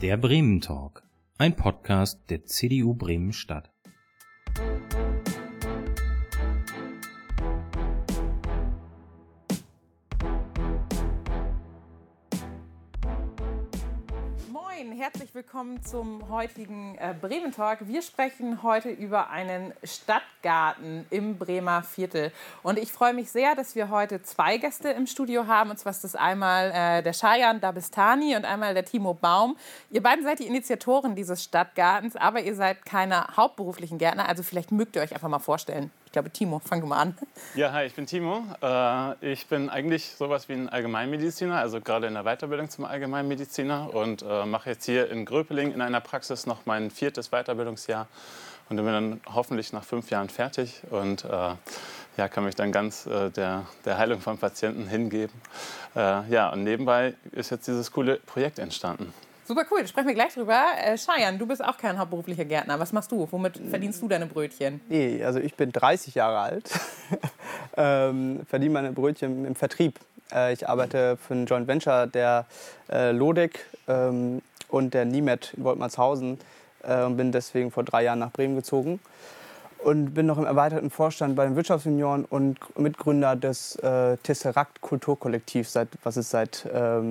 Der Bremen Talk, ein Podcast der CDU Bremen-Stadt. Herzlich willkommen zum heutigen Bremen Talk. Wir sprechen heute über einen Stadtgarten im Bremer Viertel. Und ich freue mich sehr, dass wir heute zwei Gäste im Studio haben. Und zwar ist das einmal der Shayan Dabestani und einmal der Timo Baum. Ihr beiden seid die Initiatoren dieses Stadtgartens, aber ihr seid keine hauptberuflichen Gärtner. Also vielleicht mögt ihr euch einfach mal vorstellen. Ich glaube, Timo, fang du mal an. Ja, hi, ich bin Timo. Ich bin eigentlich sowas wie ein Allgemeinmediziner, also gerade in der Weiterbildung zum Allgemeinmediziner und mache jetzt hier in Gröpeling in einer Praxis noch mein 4. Weiterbildungsjahr und bin dann hoffentlich nach 5 Jahren fertig und kann mich dann ganz der Heilung von Patienten hingeben. Und nebenbei ist jetzt dieses coole Projekt entstanden. Super cool, da sprechen wir gleich drüber. Shayan, du bist auch kein hauptberuflicher Gärtner. Was machst du? Womit verdienst du deine Brötchen? Nee, also ich bin 30 Jahre alt, verdiene meine Brötchen im Vertrieb. Ich arbeite für ein Joint Venture der Lodec und der Nimet in Woltmannshausen und bin deswegen vor 3 Jahren nach Bremen gezogen. Und bin noch im erweiterten Vorstand bei den Wirtschaftsjunioren und Mitgründer des Tesseract Kulturkollektivs, was es seit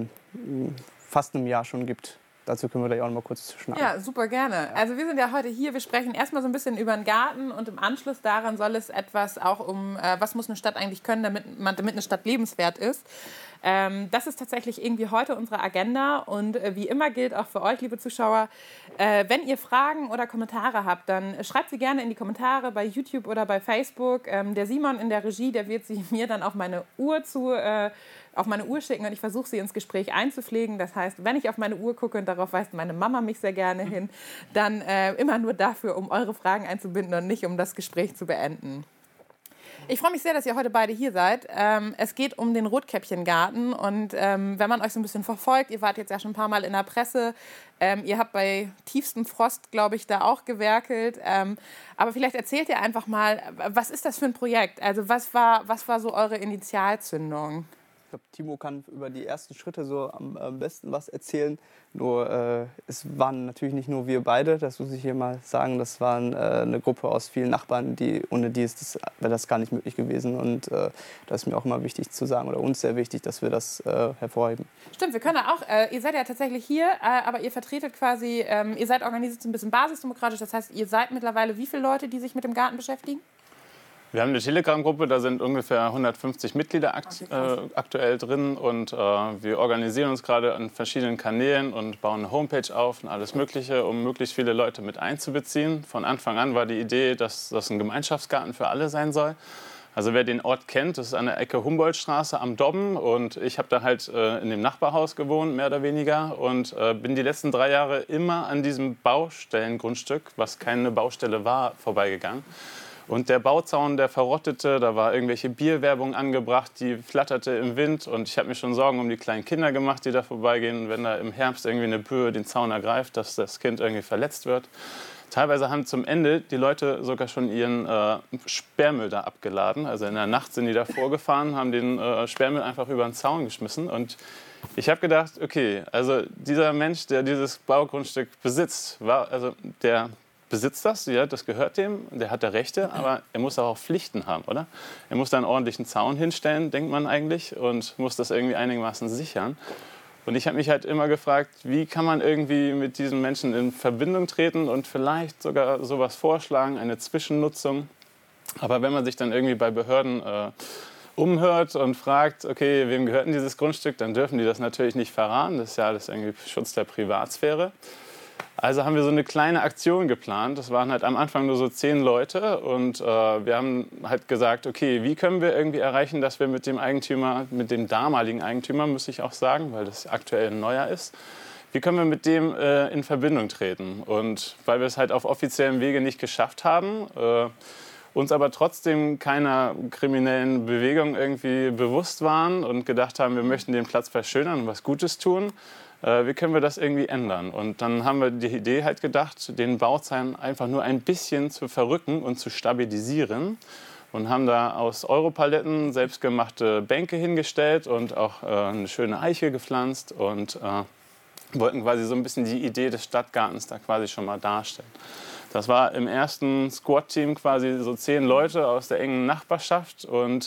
fast einem Jahr schon gibt. Dazu können wir gleich auch noch mal kurz schnacken. Ja, super gerne. Also wir sind ja heute hier, wir sprechen erstmal so ein bisschen über den Garten und im Anschluss daran soll es etwas auch um, was muss eine Stadt eigentlich können, damit eine Stadt lebenswert ist. Das ist tatsächlich irgendwie heute unsere Agenda und wie immer gilt auch für euch, liebe Zuschauer, wenn ihr Fragen oder Kommentare habt, dann schreibt sie gerne in die Kommentare bei YouTube oder bei Facebook. Der Simon in der Regie, der wird sie mir dann auf meine Uhr schicken und ich versuche sie ins Gespräch einzupflegen. Das heißt, wenn ich auf meine Uhr gucke und darauf weist meine Mama mich sehr gerne hin, dann immer nur dafür, um eure Fragen einzubinden und nicht um das Gespräch zu beenden. Ich freue mich sehr, dass ihr heute beide hier seid. Es geht um den Rotkäppchengarten und wenn man euch so ein bisschen verfolgt, ihr wart jetzt ja schon ein paar Mal in der Presse, ihr habt bei tiefstem Frost, glaube ich, da auch gewerkelt. Aber vielleicht erzählt ihr einfach mal, was ist das für ein Projekt? Also was war so eure Initialzündung? Ich glaube, Timo kann über die ersten Schritte so am besten was erzählen. Nur es waren natürlich nicht nur wir beide, das muss ich hier mal sagen. Das waren eine Gruppe aus vielen Nachbarn, ohne die wäre das gar nicht möglich gewesen. Und das ist mir auch immer wichtig zu sagen, oder uns sehr wichtig, dass wir das hervorheben. Stimmt, wir können auch, ihr seid ja tatsächlich hier, aber ihr vertretet quasi, ihr seid organisiert so ein bisschen basisdemokratisch. Das heißt, ihr seid mittlerweile wie viele Leute, die sich mit dem Garten beschäftigen? Wir haben eine Telegram-Gruppe, da sind ungefähr 150 Mitglieder aktuell drin und wir organisieren uns gerade an verschiedenen Kanälen und bauen eine Homepage auf und alles Mögliche, um möglichst viele Leute mit einzubeziehen. Von Anfang an war die Idee, dass das ein Gemeinschaftsgarten für alle sein soll. Also wer den Ort kennt, das ist an der Ecke Humboldtstraße am Dobben und ich habe da halt in dem Nachbarhaus gewohnt, mehr oder weniger, und bin die letzten 3 Jahre immer an diesem Baustellengrundstück, was keine Baustelle war, vorbeigegangen. Und der Bauzaun, der verrottete, da war irgendwelche Bierwerbung angebracht, die flatterte im Wind. Und ich habe mir schon Sorgen um die kleinen Kinder gemacht, die da vorbeigehen. Und wenn da im Herbst irgendwie eine Böe den Zaun ergreift, dass das Kind irgendwie verletzt wird. Teilweise haben zum Ende die Leute sogar schon ihren Sperrmüll da abgeladen. Also in der Nacht sind die da vorgefahren, haben den Sperrmüll einfach über den Zaun geschmissen. Und ich habe gedacht, okay, also dieser Mensch, der dieses Baugrundstück besitzt, der besitzt das, ja, das gehört dem, der hat da Rechte, aber er muss auch Pflichten haben, oder? Er muss da einen ordentlichen Zaun hinstellen, denkt man eigentlich, und muss das irgendwie einigermaßen sichern. Und ich habe mich halt immer gefragt, wie kann man irgendwie mit diesen Menschen in Verbindung treten und vielleicht sogar sowas vorschlagen, eine Zwischennutzung. Aber wenn man sich dann irgendwie bei Behörden umhört und fragt, okay, wem gehört denn dieses Grundstück, dann dürfen die das natürlich nicht verraten. Das ist ja alles irgendwie Schutz der Privatsphäre. Also haben wir so eine kleine Aktion geplant. Das waren halt am Anfang nur so 10 Leute und wir haben halt gesagt, okay, wie können wir irgendwie erreichen, dass wir mit dem Eigentümer, mit dem damaligen Eigentümer, muss ich auch sagen, weil das aktuell ein neuer ist, wie können wir mit dem in Verbindung treten? Und weil wir es halt auf offiziellem Wege nicht geschafft haben, uns aber trotzdem keiner kriminellen Bewegung irgendwie bewusst waren und gedacht haben, wir möchten den Platz verschönern und was Gutes tun, wie können wir das irgendwie ändern? Und dann haben wir die Idee halt gedacht, den Bauzaun einfach nur ein bisschen zu verrücken und zu stabilisieren. Und haben da aus Europaletten selbstgemachte Bänke hingestellt und auch eine schöne Eiche gepflanzt. Und wollten quasi so ein bisschen die Idee des Stadtgartens da quasi schon mal darstellen. Das war im ersten Squad-Team quasi so 10 Leute aus der engen Nachbarschaft und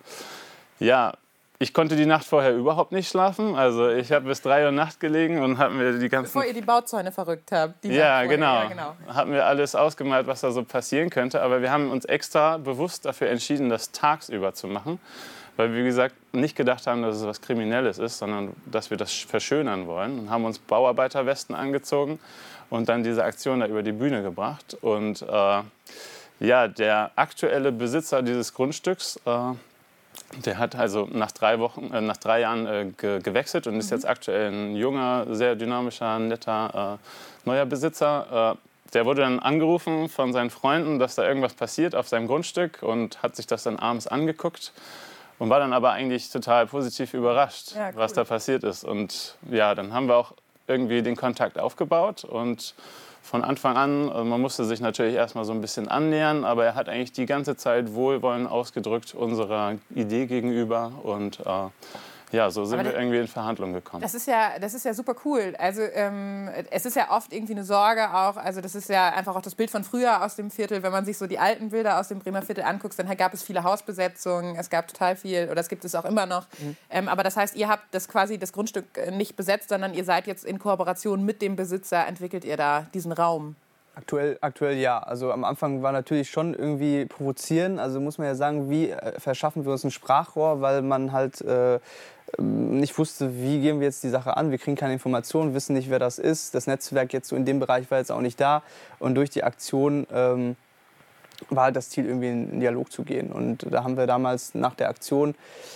ich konnte die Nacht vorher überhaupt nicht schlafen. Also ich habe bis 3 Uhr Nacht gelegen und habe mir die ganzen... Bevor ihr die Bauzäune verrückt habt. Ja, genau. Haben wir alles ausgemalt, was da so passieren könnte. Aber wir haben uns extra bewusst dafür entschieden, das tagsüber zu machen. Weil wir, wie gesagt, nicht gedacht haben, dass es was Kriminelles ist, sondern dass wir das verschönern wollen. Und haben uns Bauarbeiterwesten angezogen und dann diese Aktion da über die Bühne gebracht. Und der aktuelle Besitzer dieses Grundstücks... Der hat also nach 3 Jahren gewechselt und ist jetzt aktuell ein junger, sehr dynamischer, netter neuer Besitzer. Der wurde dann angerufen von seinen Freunden, dass da irgendwas passiert auf seinem Grundstück und hat sich das dann abends angeguckt und war dann aber eigentlich total positiv überrascht, was da passiert ist. Und ja, dann haben wir auch irgendwie den Kontakt aufgebaut und von Anfang an, man musste sich natürlich erstmal so ein bisschen annähern, aber er hat eigentlich die ganze Zeit Wohlwollen ausgedrückt unserer Idee gegenüber und so sind wir irgendwie in Verhandlungen gekommen. Das ist ja super cool. Also es ist ja oft irgendwie eine Sorge auch, also das ist ja einfach auch das Bild von früher aus dem Viertel, wenn man sich so die alten Bilder aus dem Bremer Viertel anguckt, dann gab es viele Hausbesetzungen, es gab total viel, oder es gibt es auch immer noch. Aber das heißt, ihr habt das Grundstück nicht besetzt, sondern ihr seid jetzt in Kooperation mit dem Besitzer, entwickelt ihr da diesen Raum. Aktuell ja. Also am Anfang war natürlich schon irgendwie provozieren. Also muss man ja sagen, wie verschaffen wir uns ein Sprachrohr, weil man halt nicht wusste, wie gehen wir jetzt die Sache an. Wir kriegen keine Informationen, wissen nicht, wer das ist. Das Netzwerk jetzt so in dem Bereich war jetzt auch nicht da. Und durch die Aktion war halt das Ziel, irgendwie in einen Dialog zu gehen. Und da haben wir damals nach der Aktion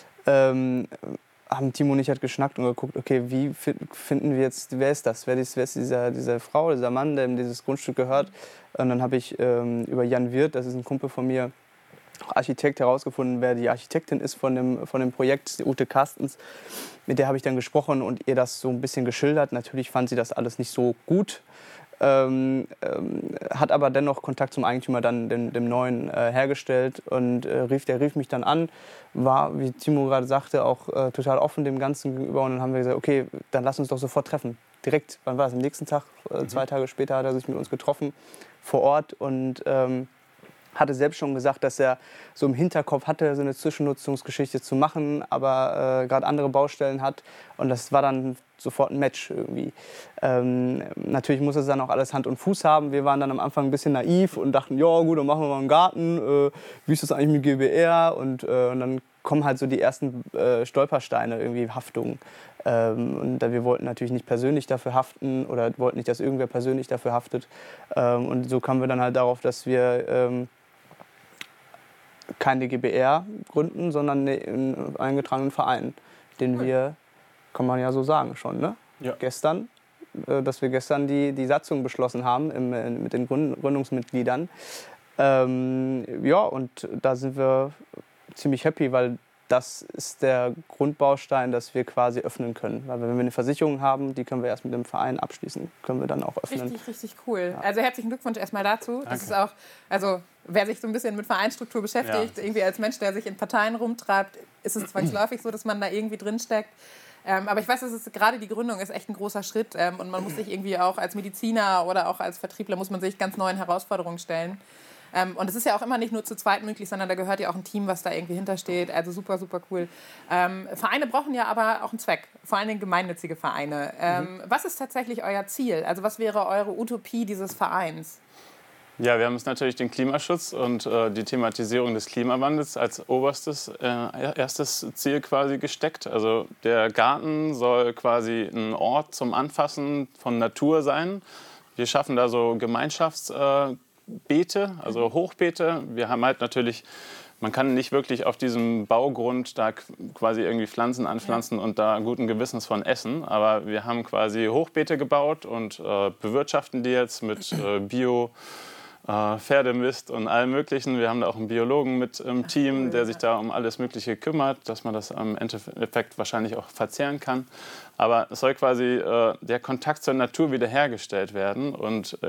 haben Timo und ich halt geschnackt und geguckt, okay, wie finden wir jetzt, wer ist das? Wer ist diese Frau, dieser Mann, dem dieses Grundstück gehört? Und dann habe ich über Jan Wirth, das ist ein Kumpel von mir, Architekt, herausgefunden, wer die Architektin ist von dem Projekt, Ute Carstens. Mit der habe ich dann gesprochen und ihr das so ein bisschen geschildert. Natürlich fand sie das alles nicht so gut. Hat aber dennoch Kontakt zum Eigentümer, dann dem Neuen, hergestellt und der rief mich dann an, war, wie Timo gerade sagte, auch total offen dem Ganzen gegenüber und dann haben wir gesagt, okay, dann lass uns doch sofort treffen, direkt, wann war das, am nächsten Tag, 2 Tage später hat er sich mit uns getroffen vor Ort und hatte selbst schon gesagt, dass er so im Hinterkopf hatte, so eine Zwischennutzungsgeschichte zu machen, aber gerade andere Baustellen hat. Und das war dann sofort ein Match irgendwie. Natürlich muss es dann auch alles Hand und Fuß haben. Wir waren dann am Anfang ein bisschen naiv und dachten, ja gut, dann machen wir mal einen Garten. Wie ist das eigentlich mit GBR? Und dann kommen halt so die ersten Stolpersteine, irgendwie Haftungen. Und wir wollten natürlich nicht persönlich dafür haften oder wollten nicht, dass irgendwer persönlich dafür haftet. Und so kamen wir dann halt darauf, dass wir keine GBR gründen, sondern einen eingetragenen Verein, den wir, kann man ja so sagen schon, ne? Ja. Gestern, dass wir gestern die Satzung beschlossen haben mit den Gründungsmitgliedern. Und da sind wir ziemlich happy, weil das ist der Grundbaustein, dass wir quasi öffnen können. Weil wenn wir eine Versicherung haben, die können wir erst mit dem Verein abschließen, können wir dann auch öffnen. Richtig cool. Ja. Also herzlichen Glückwunsch erstmal dazu. Danke. Das ist auch, also wer sich so ein bisschen mit Vereinsstruktur beschäftigt, irgendwie als Mensch, der sich in Parteien rumtreibt, ist es zwangsläufig so, dass man da irgendwie drinsteckt. Aber ich weiß, gerade die Gründung ist echt ein großer Schritt und man muss sich irgendwie auch als Mediziner oder auch als Vertriebler muss man sich ganz neuen Herausforderungen stellen. Und es ist ja auch immer nicht nur zu zweit möglich, sondern da gehört ja auch ein Team, was da irgendwie hintersteht. Also super, super cool. Vereine brauchen ja aber auch einen Zweck, vor allem gemeinnützige Vereine. Was ist tatsächlich euer Ziel? Also was wäre eure Utopie dieses Vereins? Ja, wir haben uns natürlich den Klimaschutz und die Thematisierung des Klimawandels als oberstes, erstes Ziel quasi gesteckt. Also der Garten soll quasi ein Ort zum Anfassen von Natur sein. Wir schaffen da so Gemeinschaftsbeete, also Hochbeete. Wir haben halt natürlich, man kann nicht wirklich auf diesem Baugrund da quasi irgendwie Pflanzen anpflanzen und da guten Gewissens von essen. Aber wir haben quasi Hochbeete gebaut und bewirtschaften die jetzt mit Bio- Pferdemist und allem Möglichen. Wir haben da auch einen Biologen mit im Team, der sich da um alles Mögliche kümmert, dass man das am Endeffekt wahrscheinlich auch verzehren kann. Aber es soll quasi der Kontakt zur Natur wiederhergestellt werden. Und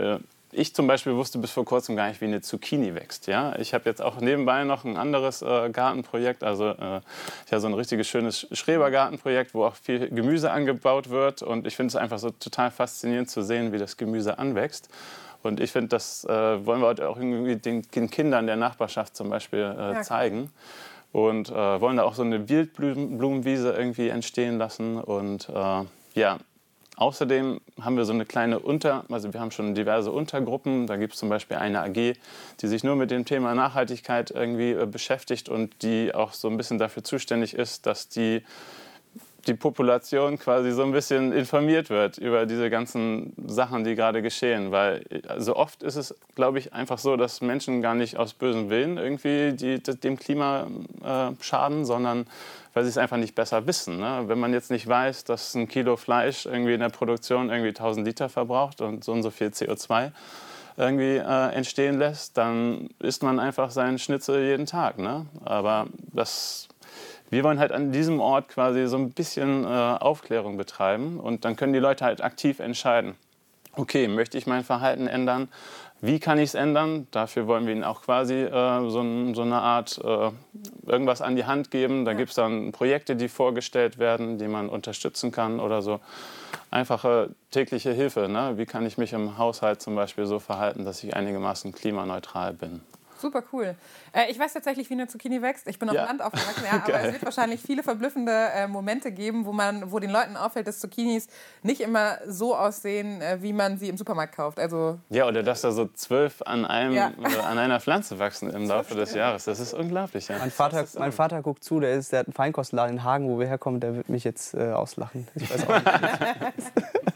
ich zum Beispiel wusste bis vor kurzem gar nicht, wie eine Zucchini wächst. Ja? Ich habe jetzt auch nebenbei noch ein anderes Gartenprojekt, also ich habe so ein richtiges schönes Schrebergartenprojekt, wo auch viel Gemüse angebaut wird. Und ich finde es einfach so total faszinierend zu sehen, wie das Gemüse anwächst. Und ich finde, das wollen wir heute auch irgendwie den Kindern der Nachbarschaft zum Beispiel zeigen. Und wollen da auch so eine Wildblumenwiese irgendwie entstehen lassen. Und außerdem haben wir so eine kleine also wir haben schon diverse Untergruppen. Da gibt es zum Beispiel eine AG, die sich nur mit dem Thema Nachhaltigkeit irgendwie beschäftigt und die auch so ein bisschen dafür zuständig ist, dass die Population quasi so ein bisschen informiert wird über diese ganzen Sachen, die gerade geschehen. Weil so oft ist es, glaube ich, einfach so, dass Menschen gar nicht aus bösem Willen irgendwie dem Klima schaden, sondern weil sie es einfach nicht besser wissen. Ne? Wenn man jetzt nicht weiß, dass ein Kilo Fleisch irgendwie in der Produktion irgendwie 1000 Liter verbraucht und so viel CO2 irgendwie entstehen lässt, dann isst man einfach seinen Schnitzel jeden Tag. Ne? Aber wir wollen halt an diesem Ort quasi so ein bisschen Aufklärung betreiben und dann können die Leute halt aktiv entscheiden, okay, möchte ich mein Verhalten ändern? Wie kann ich es ändern? Dafür wollen wir ihnen auch quasi so eine Art irgendwas an die Hand geben. Da gibt es dann Projekte, die vorgestellt werden, die man unterstützen kann oder so. Einfache tägliche Hilfe. Ne? Wie kann ich mich im Haushalt zum Beispiel so verhalten, dass ich einigermaßen klimaneutral bin? Super cool. Ich weiß tatsächlich, wie eine Zucchini wächst. Ich bin auf dem Land aufgewachsen, aber es wird wahrscheinlich viele verblüffende Momente geben, wo den Leuten auffällt, dass Zucchinis nicht immer so aussehen, wie man sie im Supermarkt kauft. Also oder dass da so 12 an einer Pflanze wachsen im Laufe des Jahres. Das ist unglaublich. Ja. Mein Vater guckt zu, der hat einen Feinkostladen in Hagen, wo wir herkommen, der wird mich jetzt auslachen. Ich weiß auch nicht.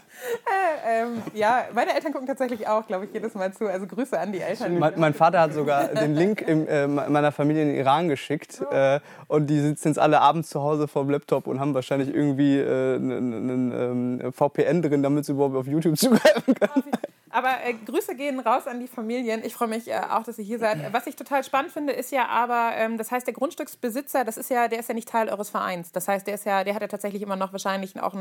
Meine Eltern gucken tatsächlich auch, glaube ich, jedes Mal zu. Also Grüße an die Eltern. Mein Vater hat sogar den Link meiner Familie in den Iran geschickt. Und die sitzen jetzt alle abends zu Hause vor dem Laptop und haben wahrscheinlich irgendwie einen VPN drin, damit sie überhaupt auf YouTube zugreifen können. Aber Grüße gehen raus an die Familien. Ich freue mich auch, dass ihr hier seid. Was ich total spannend finde, ist ja aber, das heißt, der Grundstücksbesitzer, der ist ja nicht Teil eures Vereins. Das heißt, der hat ja tatsächlich immer noch wahrscheinlich auch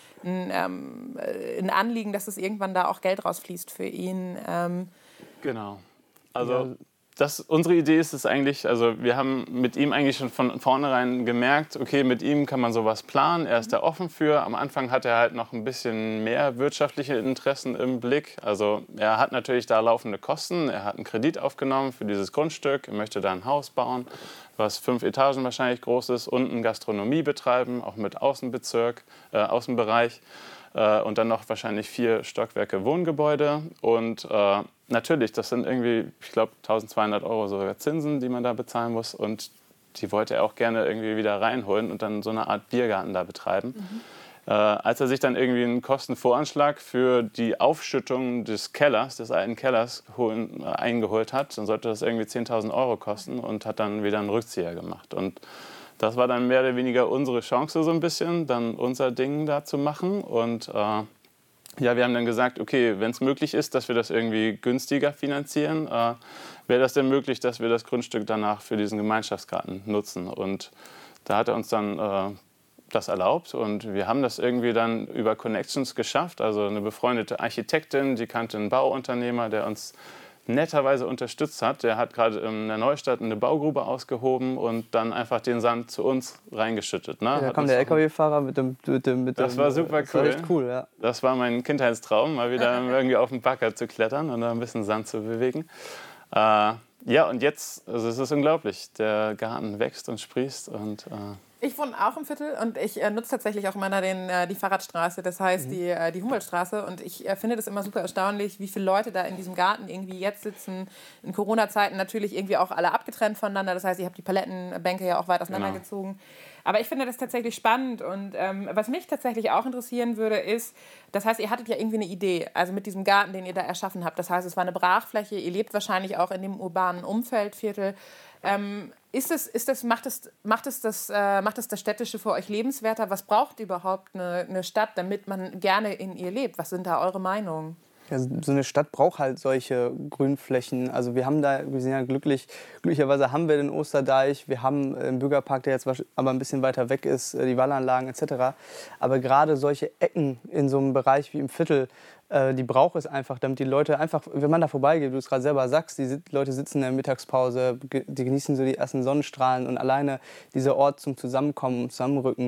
ein Anliegen, dass es irgendwann da auch Geld rausfließt für ihn. Genau. Also unsere Idee ist es eigentlich, also wir haben mit ihm eigentlich schon von vornherein gemerkt, okay, mit ihm kann man sowas planen, er ist da offen für. Am Anfang hat er halt noch ein bisschen mehr wirtschaftliche Interessen im Blick. Also er hat natürlich da laufende Kosten, er hat einen Kredit aufgenommen für dieses Grundstück, er möchte da ein Haus bauen, was 5 Etagen wahrscheinlich groß ist, unten Gastronomie betreiben, auch mit Außenbereich. Und dann noch wahrscheinlich 4 Stockwerke Wohngebäude. Und natürlich, das sind irgendwie, ich glaube, 1.200 € sogar Zinsen, die man da bezahlen muss. Und die wollte er auch gerne irgendwie wieder reinholen und dann so eine Art Biergarten da betreiben. Als er sich dann irgendwie einen Kostenvoranschlag für die Aufschüttung des alten Kellers eingeholt hat, dann sollte das irgendwie 10.000 € kosten und hat dann wieder einen Rückzieher gemacht. Und das war dann mehr oder weniger unsere Chance so ein bisschen, dann unser Ding da zu machen. Und wir haben dann gesagt, okay, wenn es möglich ist, dass wir das irgendwie günstiger finanzieren, wäre das denn möglich, dass wir das Grundstück danach für diesen Gemeinschaftsgarten nutzen. Und da hat er uns dann das erlaubt und wir haben das irgendwie dann über Connections geschafft. Also eine befreundete Architektin, die kannte einen Bauunternehmer, der uns netterweise unterstützt hat. Der hat gerade in der Neustadt eine Baugrube ausgehoben und dann einfach den Sand zu uns reingeschüttet. Ne? Da kam der LKW-Fahrer mit dem. Das war super cool. Das war echt cool, ja. Das war mein Kindheitstraum, mal wieder irgendwie auf den Bagger zu klettern und da ein bisschen Sand zu bewegen. Und jetzt, also es ist unglaublich. Der Garten wächst und sprießt und ich wohne auch im Viertel und ich nutze tatsächlich auch immer die Fahrradstraße, das heißt die Humboldtstraße. Und ich finde das immer super erstaunlich, wie viele Leute da in diesem Garten irgendwie jetzt sitzen. In Corona-Zeiten natürlich irgendwie auch alle abgetrennt voneinander. Das heißt, ich habe die Palettenbänke ja auch weit auseinandergezogen. Genau. Aber ich finde das tatsächlich spannend. Und was mich tatsächlich auch interessieren würde, ist, das heißt, ihr hattet ja irgendwie eine Idee, also mit diesem Garten, den ihr da erschaffen habt. Das heißt, es war eine Brachfläche, ihr lebt wahrscheinlich auch in dem urbanen Umfeldviertel. Macht es das Städtische für euch lebenswerter? Was braucht überhaupt eine Stadt, damit man gerne in ihr lebt? Was sind da eure Meinungen? Ja, so eine Stadt braucht halt solche Grünflächen. Also wir sind ja glücklicherweise haben wir den Osterdeich, wir haben einen Bürgerpark, der jetzt aber ein bisschen weiter weg ist, die Wallanlagen etc. Aber gerade solche Ecken in so einem Bereich wie im Viertel, die braucht es einfach, damit die Leute einfach, wenn man da vorbeigeht, du es gerade selber sagst, die Leute sitzen in der Mittagspause, die genießen so die ersten Sonnenstrahlen und alleine dieser Ort zum Zusammenkommen und Zusammenrücken,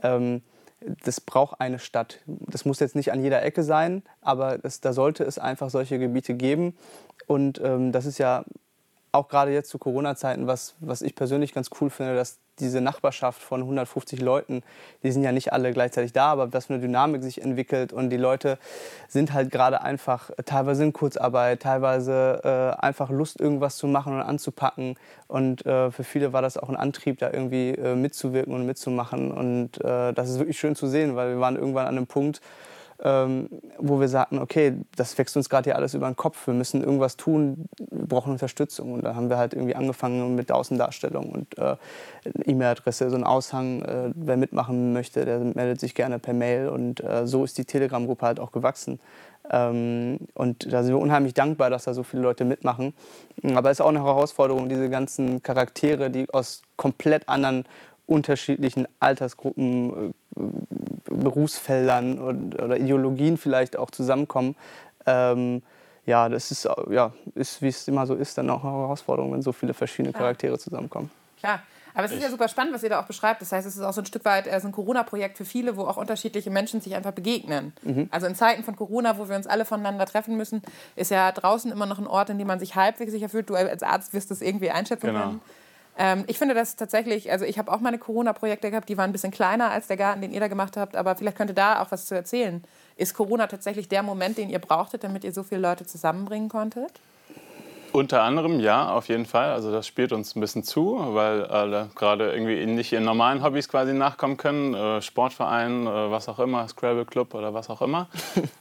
das braucht eine Stadt. Das muss jetzt nicht an jeder Ecke sein, aber da sollte es einfach solche Gebiete geben. Und das ist ja auch gerade jetzt zu Corona-Zeiten, was ich persönlich ganz cool finde, dass diese Nachbarschaft von 150 Leuten, die sind ja nicht alle gleichzeitig da, aber dass eine Dynamik sich entwickelt und die Leute sind halt gerade einfach teilweise in Kurzarbeit, teilweise einfach Lust, irgendwas zu machen und anzupacken. Und für viele war das auch ein Antrieb, da irgendwie mitzuwirken und mitzumachen. Und das ist wirklich schön zu sehen, weil wir waren irgendwann an einem Punkt, wo wir sagten, okay, das wächst uns gerade hier alles über den Kopf, wir müssen irgendwas tun, wir brauchen Unterstützung. Und da haben wir halt irgendwie angefangen mit der Außendarstellung und E-Mail-Adresse, so ein Aushang, wer mitmachen möchte, der meldet sich gerne per Mail. Und so ist die Telegram-Gruppe halt auch gewachsen. Und da sind wir unheimlich dankbar, dass da so viele Leute mitmachen. Aber es ist auch eine Herausforderung, diese ganzen Charaktere, die aus komplett anderen unterschiedlichen Altersgruppen, Berufsfeldern oder Ideologien vielleicht auch zusammenkommen. Das ist, wie es immer so ist, dann auch eine Herausforderung, wenn so viele verschiedene Charaktere zusammenkommen. Klar. Aber es ist ja super spannend, was ihr da auch beschreibt. Das heißt, es ist auch so ein Stück weit so ein Corona-Projekt für viele, wo auch unterschiedliche Menschen sich einfach begegnen. Also in Zeiten von Corona, wo wir uns alle voneinander treffen müssen, ist ja draußen immer noch ein Ort, in dem man sich halbwegs sicher fühlt. Du als Arzt wirst das irgendwie einschätzen können. Ich finde das tatsächlich, also ich habe auch meine Corona-Projekte gehabt, die waren ein bisschen kleiner als der Garten, den ihr da gemacht habt, aber vielleicht könnt ihr da auch was zu erzählen. Ist Corona tatsächlich der Moment, den ihr brauchtet, damit ihr so viele Leute zusammenbringen konntet? Unter anderem ja, auf jeden Fall. Also das spielt uns ein bisschen zu, weil alle gerade irgendwie nicht ihren normalen Hobbys quasi nachkommen können. Sportverein, was auch immer, Scrabble Club oder was auch immer.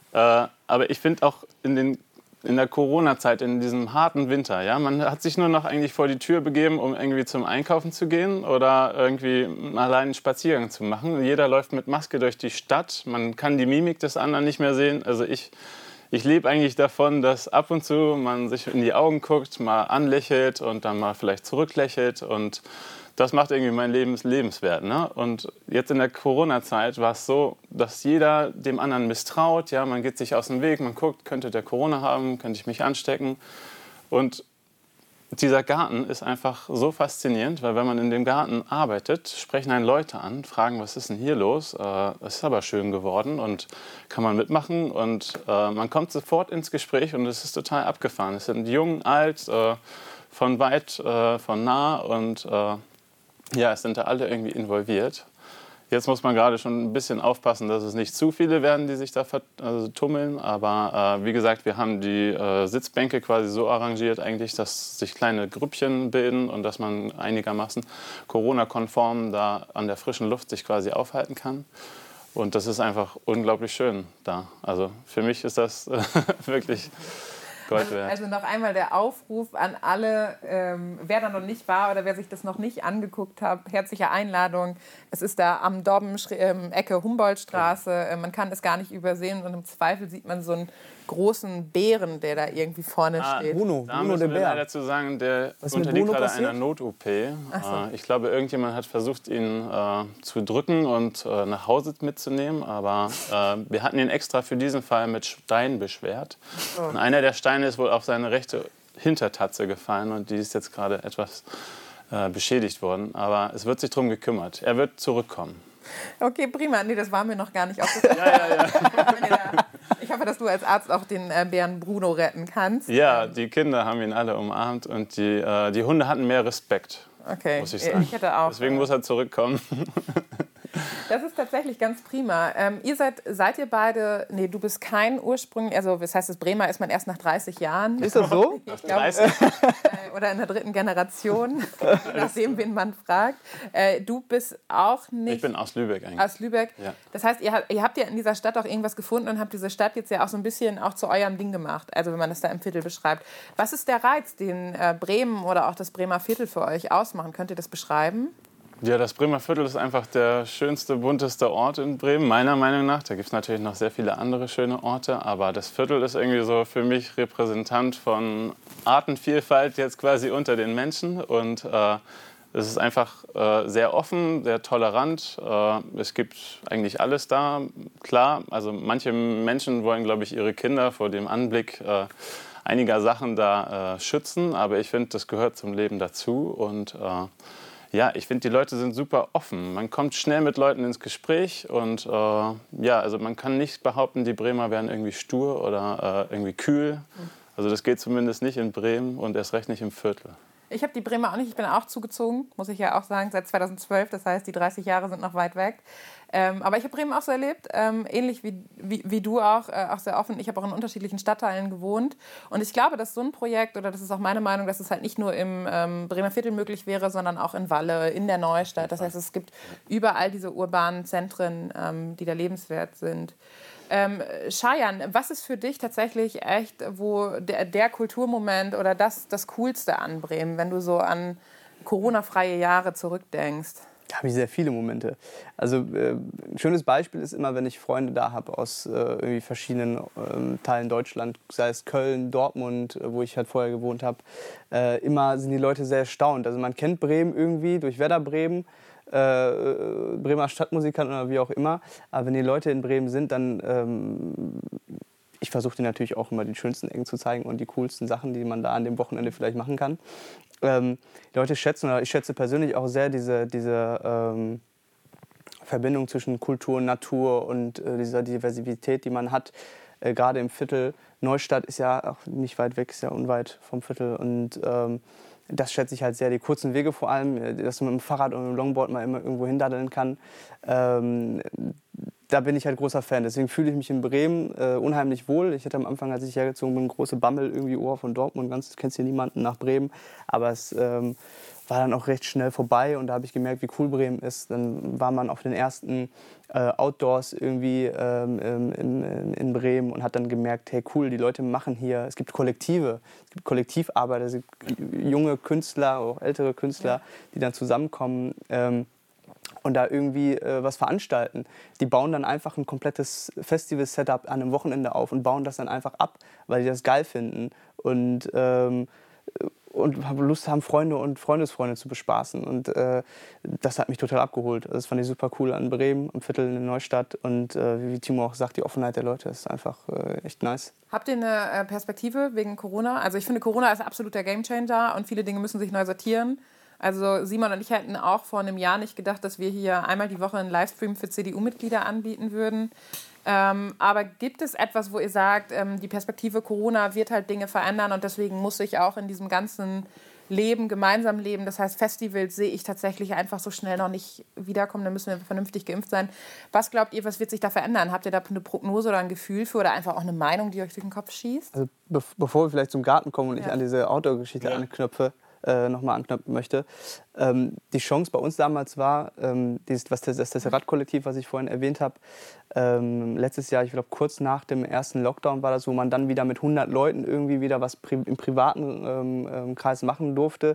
Aber ich finde auch in der Corona-Zeit, in diesem harten Winter, ja, man hat sich nur noch eigentlich vor die Tür begeben, um irgendwie zum Einkaufen zu gehen oder irgendwie allein einen Spaziergang zu machen. Jeder läuft mit Maske durch die Stadt, man kann die Mimik des anderen nicht mehr sehen. Also ich lebe eigentlich davon, dass ab und zu man sich in die Augen guckt, mal anlächelt und dann mal vielleicht zurücklächelt und das macht irgendwie mein Leben lebenswert. Ne? Und jetzt in der Corona-Zeit war es so, dass jeder dem anderen misstraut. Ja? Man geht sich aus dem Weg, man guckt, könnte der Corona haben, könnte ich mich anstecken. Und dieser Garten ist einfach so faszinierend, weil wenn man in dem Garten arbeitet, sprechen einen Leute an, fragen, was ist denn hier los? Es ist aber schön geworden und kann man mitmachen. Und man kommt sofort ins Gespräch und es ist total abgefahren. Es sind jung, alt, von weit, von nah und es sind da alle irgendwie involviert. Jetzt muss man gerade schon ein bisschen aufpassen, dass es nicht zu viele werden, die sich da tummeln. Aber wie gesagt, wir haben die Sitzbänke quasi so arrangiert eigentlich, dass sich kleine Grüppchen bilden und dass man einigermaßen Corona-konform da an der frischen Luft sich quasi aufhalten kann. Und das ist einfach unglaublich schön da. Also für mich ist das wirklich Gold wert. Also noch einmal der Aufruf an alle, wer da noch nicht war oder wer sich das noch nicht angeguckt hat, herzliche Einladung. Es ist da am Dobben, Ecke Humboldtstraße. Man kann es gar nicht übersehen und im Zweifel sieht man so einen großen Bären, der da irgendwie vorne steht. Bruno der Bär. Dazu sagen, der unterliegt gerade einer Not-OP. So. Ich glaube, irgendjemand hat versucht, ihn zu drücken und nach Hause mitzunehmen. Aber wir hatten ihn extra für diesen Fall mit Steinen beschwert. Und einer der Steine ist wohl auf seine rechte Hintertatze gefallen. Und die ist jetzt gerade etwas beschädigt worden. Aber es wird sich darum gekümmert. Er wird zurückkommen. Okay, prima. Nee, das war mir noch gar nicht aufgefallen. Ich hoffe, dass du als Arzt auch den Bären Bruno retten kannst. Ja, die Kinder haben ihn alle umarmt und die Hunde hatten mehr Respekt, muss ich sagen. Ich hätte auch. Deswegen muss er zurückkommen. Das ist tatsächlich ganz prima. Seid ihr beide, du bist kein Ursprung, also das heißt, das Bremer ist man erst nach 30 Jahren. Ist das so? Ich glaube, oder in der 3. Generation, je nachdem, wen man fragt. Du bist auch nicht... Ich bin aus Lübeck eigentlich. Aus Lübeck. Ja. Das heißt, ihr habt ja in dieser Stadt auch irgendwas gefunden und habt diese Stadt jetzt ja auch so ein bisschen auch zu eurem Ding gemacht, also wenn man das da im Viertel beschreibt. Was ist der Reiz, den Bremen oder auch das Bremer Viertel für euch ausmachen? Könnt ihr das beschreiben? Ja, das Bremer Viertel ist einfach der schönste, bunteste Ort in Bremen, meiner Meinung nach. Da gibt es natürlich noch sehr viele andere schöne Orte, aber das Viertel ist irgendwie so für mich Repräsentant von Artenvielfalt jetzt quasi unter den Menschen. Und es ist einfach sehr offen, sehr tolerant. Es gibt eigentlich alles da. Klar, also manche Menschen wollen, glaube ich, ihre Kinder vor dem Anblick einiger Sachen da schützen, aber ich finde, das gehört zum Leben dazu. Und ja, ich finde, die Leute sind super offen. Man kommt schnell mit Leuten ins Gespräch und ja, also man kann nicht behaupten, die Bremer wären irgendwie stur oder irgendwie kühl. Also das geht zumindest nicht in Bremen und erst recht nicht im Viertel. Ich habe die Bremer auch nicht, ich bin auch zugezogen, muss ich ja auch sagen, seit 2012, das heißt, die 30 Jahre sind noch weit weg. Aber ich habe Bremen auch so erlebt, ähnlich wie du auch sehr offen. Ich habe auch in unterschiedlichen Stadtteilen gewohnt. Und ich glaube, dass so ein Projekt, oder das ist auch meine Meinung, dass es halt nicht nur im Bremer Viertel möglich wäre, sondern auch in Walle, in der Neustadt. Das heißt, es gibt überall diese urbanen Zentren, die da lebenswert sind. Shayan, was ist für dich tatsächlich echt wo der Kulturmoment oder das Coolste an Bremen, wenn du so an Corona-freie Jahre zurückdenkst? Da habe ich sehr viele Momente. Also ein schönes Beispiel ist immer, wenn ich Freunde da habe aus irgendwie verschiedenen Teilen Deutschland, sei es Köln, Dortmund, wo ich halt vorher gewohnt habe. Immer sind die Leute sehr erstaunt. Also man kennt Bremen irgendwie durch Werder Bremen, Bremer Stadtmusikern oder wie auch immer. Aber wenn die Leute in Bremen sind, dann ich versuche dir natürlich auch immer die schönsten Ecken zu zeigen und die coolsten Sachen, die man da an dem Wochenende vielleicht machen kann. Die Leute schätzen, oder ich schätze persönlich auch sehr diese Verbindung zwischen Kultur und Natur und dieser Diversität, die man hat. Gerade im Viertel. Neustadt ist ja auch nicht weit weg, ist ja unweit vom Viertel. Und das schätze ich halt sehr. Die kurzen Wege vor allem, dass man mit dem Fahrrad und mit dem Longboard mal immer irgendwo hindaddeln kann. Da bin ich halt großer Fan. Deswegen fühle ich mich in Bremen unheimlich wohl. Ich hatte am Anfang, als ich hergezogen bin, große Bammel irgendwie von Dortmund. Ganz kennst hier niemanden nach Bremen. Aber es war dann auch recht schnell vorbei und da habe ich gemerkt, wie cool Bremen ist. Dann war man auf den ersten Outdoors irgendwie in Bremen und hat dann gemerkt, hey cool, die Leute machen hier, es gibt Kollektive, es gibt Kollektivarbeit, es gibt junge Künstler, auch ältere Künstler, die dann zusammenkommen und da irgendwie was veranstalten. Die bauen dann einfach ein komplettes Festival-Setup an einem Wochenende auf und bauen das dann einfach ab, weil die das geil finden und Lust haben, Freunde und Freundesfreunde zu bespaßen. Und das hat mich total abgeholt. Das fand ich super cool an Bremen, am Viertel in der Neustadt. Und wie Timo auch sagt, die Offenheit der Leute ist einfach echt nice. Habt ihr eine Perspektive wegen Corona? Also ich finde, Corona ist absolut der Gamechanger und viele Dinge müssen sich neu sortieren. Also Simon und ich hätten auch vor einem Jahr nicht gedacht, dass wir hier einmal die Woche einen Livestream für CDU-Mitglieder anbieten würden. Aber gibt es etwas, wo ihr sagt, die Perspektive Corona wird halt Dinge verändern und deswegen muss ich auch in diesem ganzen Leben, gemeinsam leben, das heißt Festivals sehe ich tatsächlich einfach so schnell noch nicht wiederkommen, da müssen wir vernünftig geimpft sein. Was glaubt ihr, was wird sich da verändern? Habt ihr da eine Prognose oder ein Gefühl für oder einfach auch eine Meinung, die euch durch den Kopf schießt? Also bevor wir vielleicht zum Garten kommen und ich an diese Outdoor-Geschichte nochmal anknüpfen möchte. Die Chance bei uns damals war, das Tesserat-Kollektiv, was ich vorhin erwähnt habe, letztes Jahr, ich glaube kurz nach dem ersten Lockdown war das, wo man dann wieder mit 100 Leuten irgendwie wieder was im privaten Kreis machen durfte.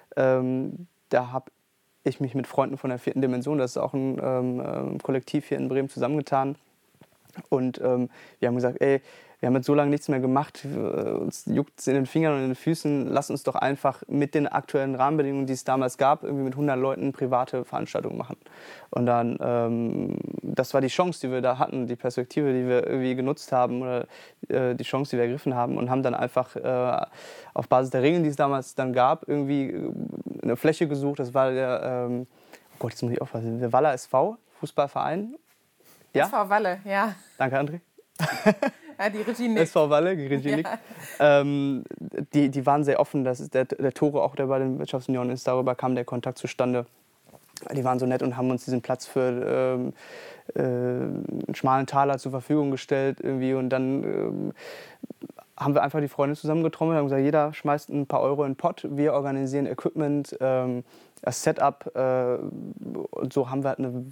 Da habe ich mich mit Freunden von der 4. Dimension, das ist auch ein Kollektiv hier in Bremen, zusammengetan. Und wir haben gesagt, ey, wir haben jetzt so lange nichts mehr gemacht, uns juckt es in den Fingern und in den Füßen, lass uns doch einfach mit den aktuellen Rahmenbedingungen, die es damals gab, irgendwie mit 100 Leuten private Veranstaltungen machen. Und dann, das war die Chance, die wir da hatten, die Perspektive, die wir irgendwie genutzt haben oder die Chance, die wir ergriffen haben und haben dann einfach auf Basis der Regeln, die es damals dann gab, irgendwie eine Fläche gesucht. Das war der, oh Gott, jetzt muss ich aufpassen, der Waller SV, Fußballverein. Ja? SV Walle, ja. Danke, André. Ja, die Regie nickt. SV Walle, die Regie nickt. Ja. Die waren sehr offen. Das ist der Tore, auch der bei den Wirtschaftsunionen ist, darüber kam der Kontakt zustande. Die waren so nett und haben uns diesen Platz für einen schmalen Taler zur Verfügung gestellt. Irgendwie. Und dann haben wir einfach die Freunde zusammengetrommelt und haben gesagt, jeder schmeißt ein paar Euro in den Pott. Wir organisieren Equipment, das Setup. Und so haben wir halt eine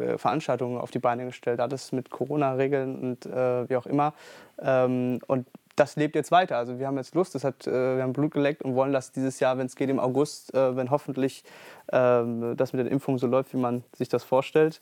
Wahnsinnsveranstaltung auf die Beine gestellt. Alles mit Corona-Regeln und wie auch immer. Und das lebt jetzt weiter. Also wir haben jetzt Lust, wir haben Blut geleckt und wollen das dieses Jahr, wenn es geht, im August, wenn hoffentlich das mit den Impfungen so läuft, wie man sich das vorstellt,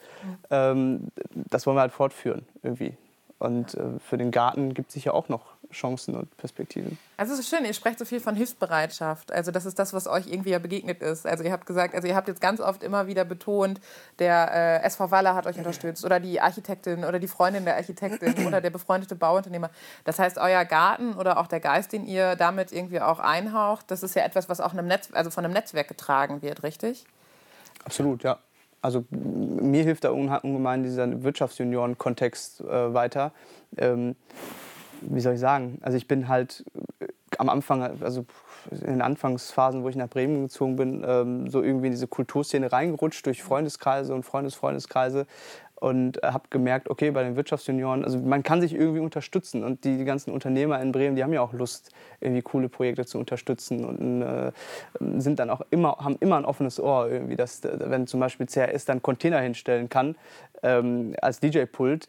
das wollen wir halt fortführen irgendwie. Und für den Garten gibt es sicher auch noch Chancen und Perspektiven. Also es ist schön, ihr sprecht so viel von Hilfsbereitschaft. Also das ist das, was euch irgendwie ja begegnet ist. Also ihr habt gesagt, ihr habt jetzt ganz oft immer wieder betont, der SV Waller hat euch unterstützt oder die Architektin oder die Freundin der Architektin oder der befreundete Bauunternehmer. Das heißt, euer Garten oder auch der Geist, den ihr damit irgendwie auch einhaucht, das ist ja etwas, was auch von einem Netzwerk getragen wird, richtig? Absolut, ja. Also mir hilft da ungemein dieser Wirtschaftsjunioren-Kontext weiter. Wie soll ich sagen? Also ich bin halt am Anfang, also in den Anfangsphasen, wo ich nach Bremen gezogen bin, so irgendwie in diese Kulturszene reingerutscht durch Freundeskreise und Freundeskreise und habe gemerkt, okay, bei den Wirtschaftsjunioren, also man kann sich irgendwie unterstützen und die ganzen Unternehmer in Bremen, die haben ja auch Lust, irgendwie coole Projekte zu unterstützen und sind dann auch haben immer ein offenes Ohr irgendwie, dass wenn zum Beispiel CRS dann Container hinstellen kann als DJ-Pult,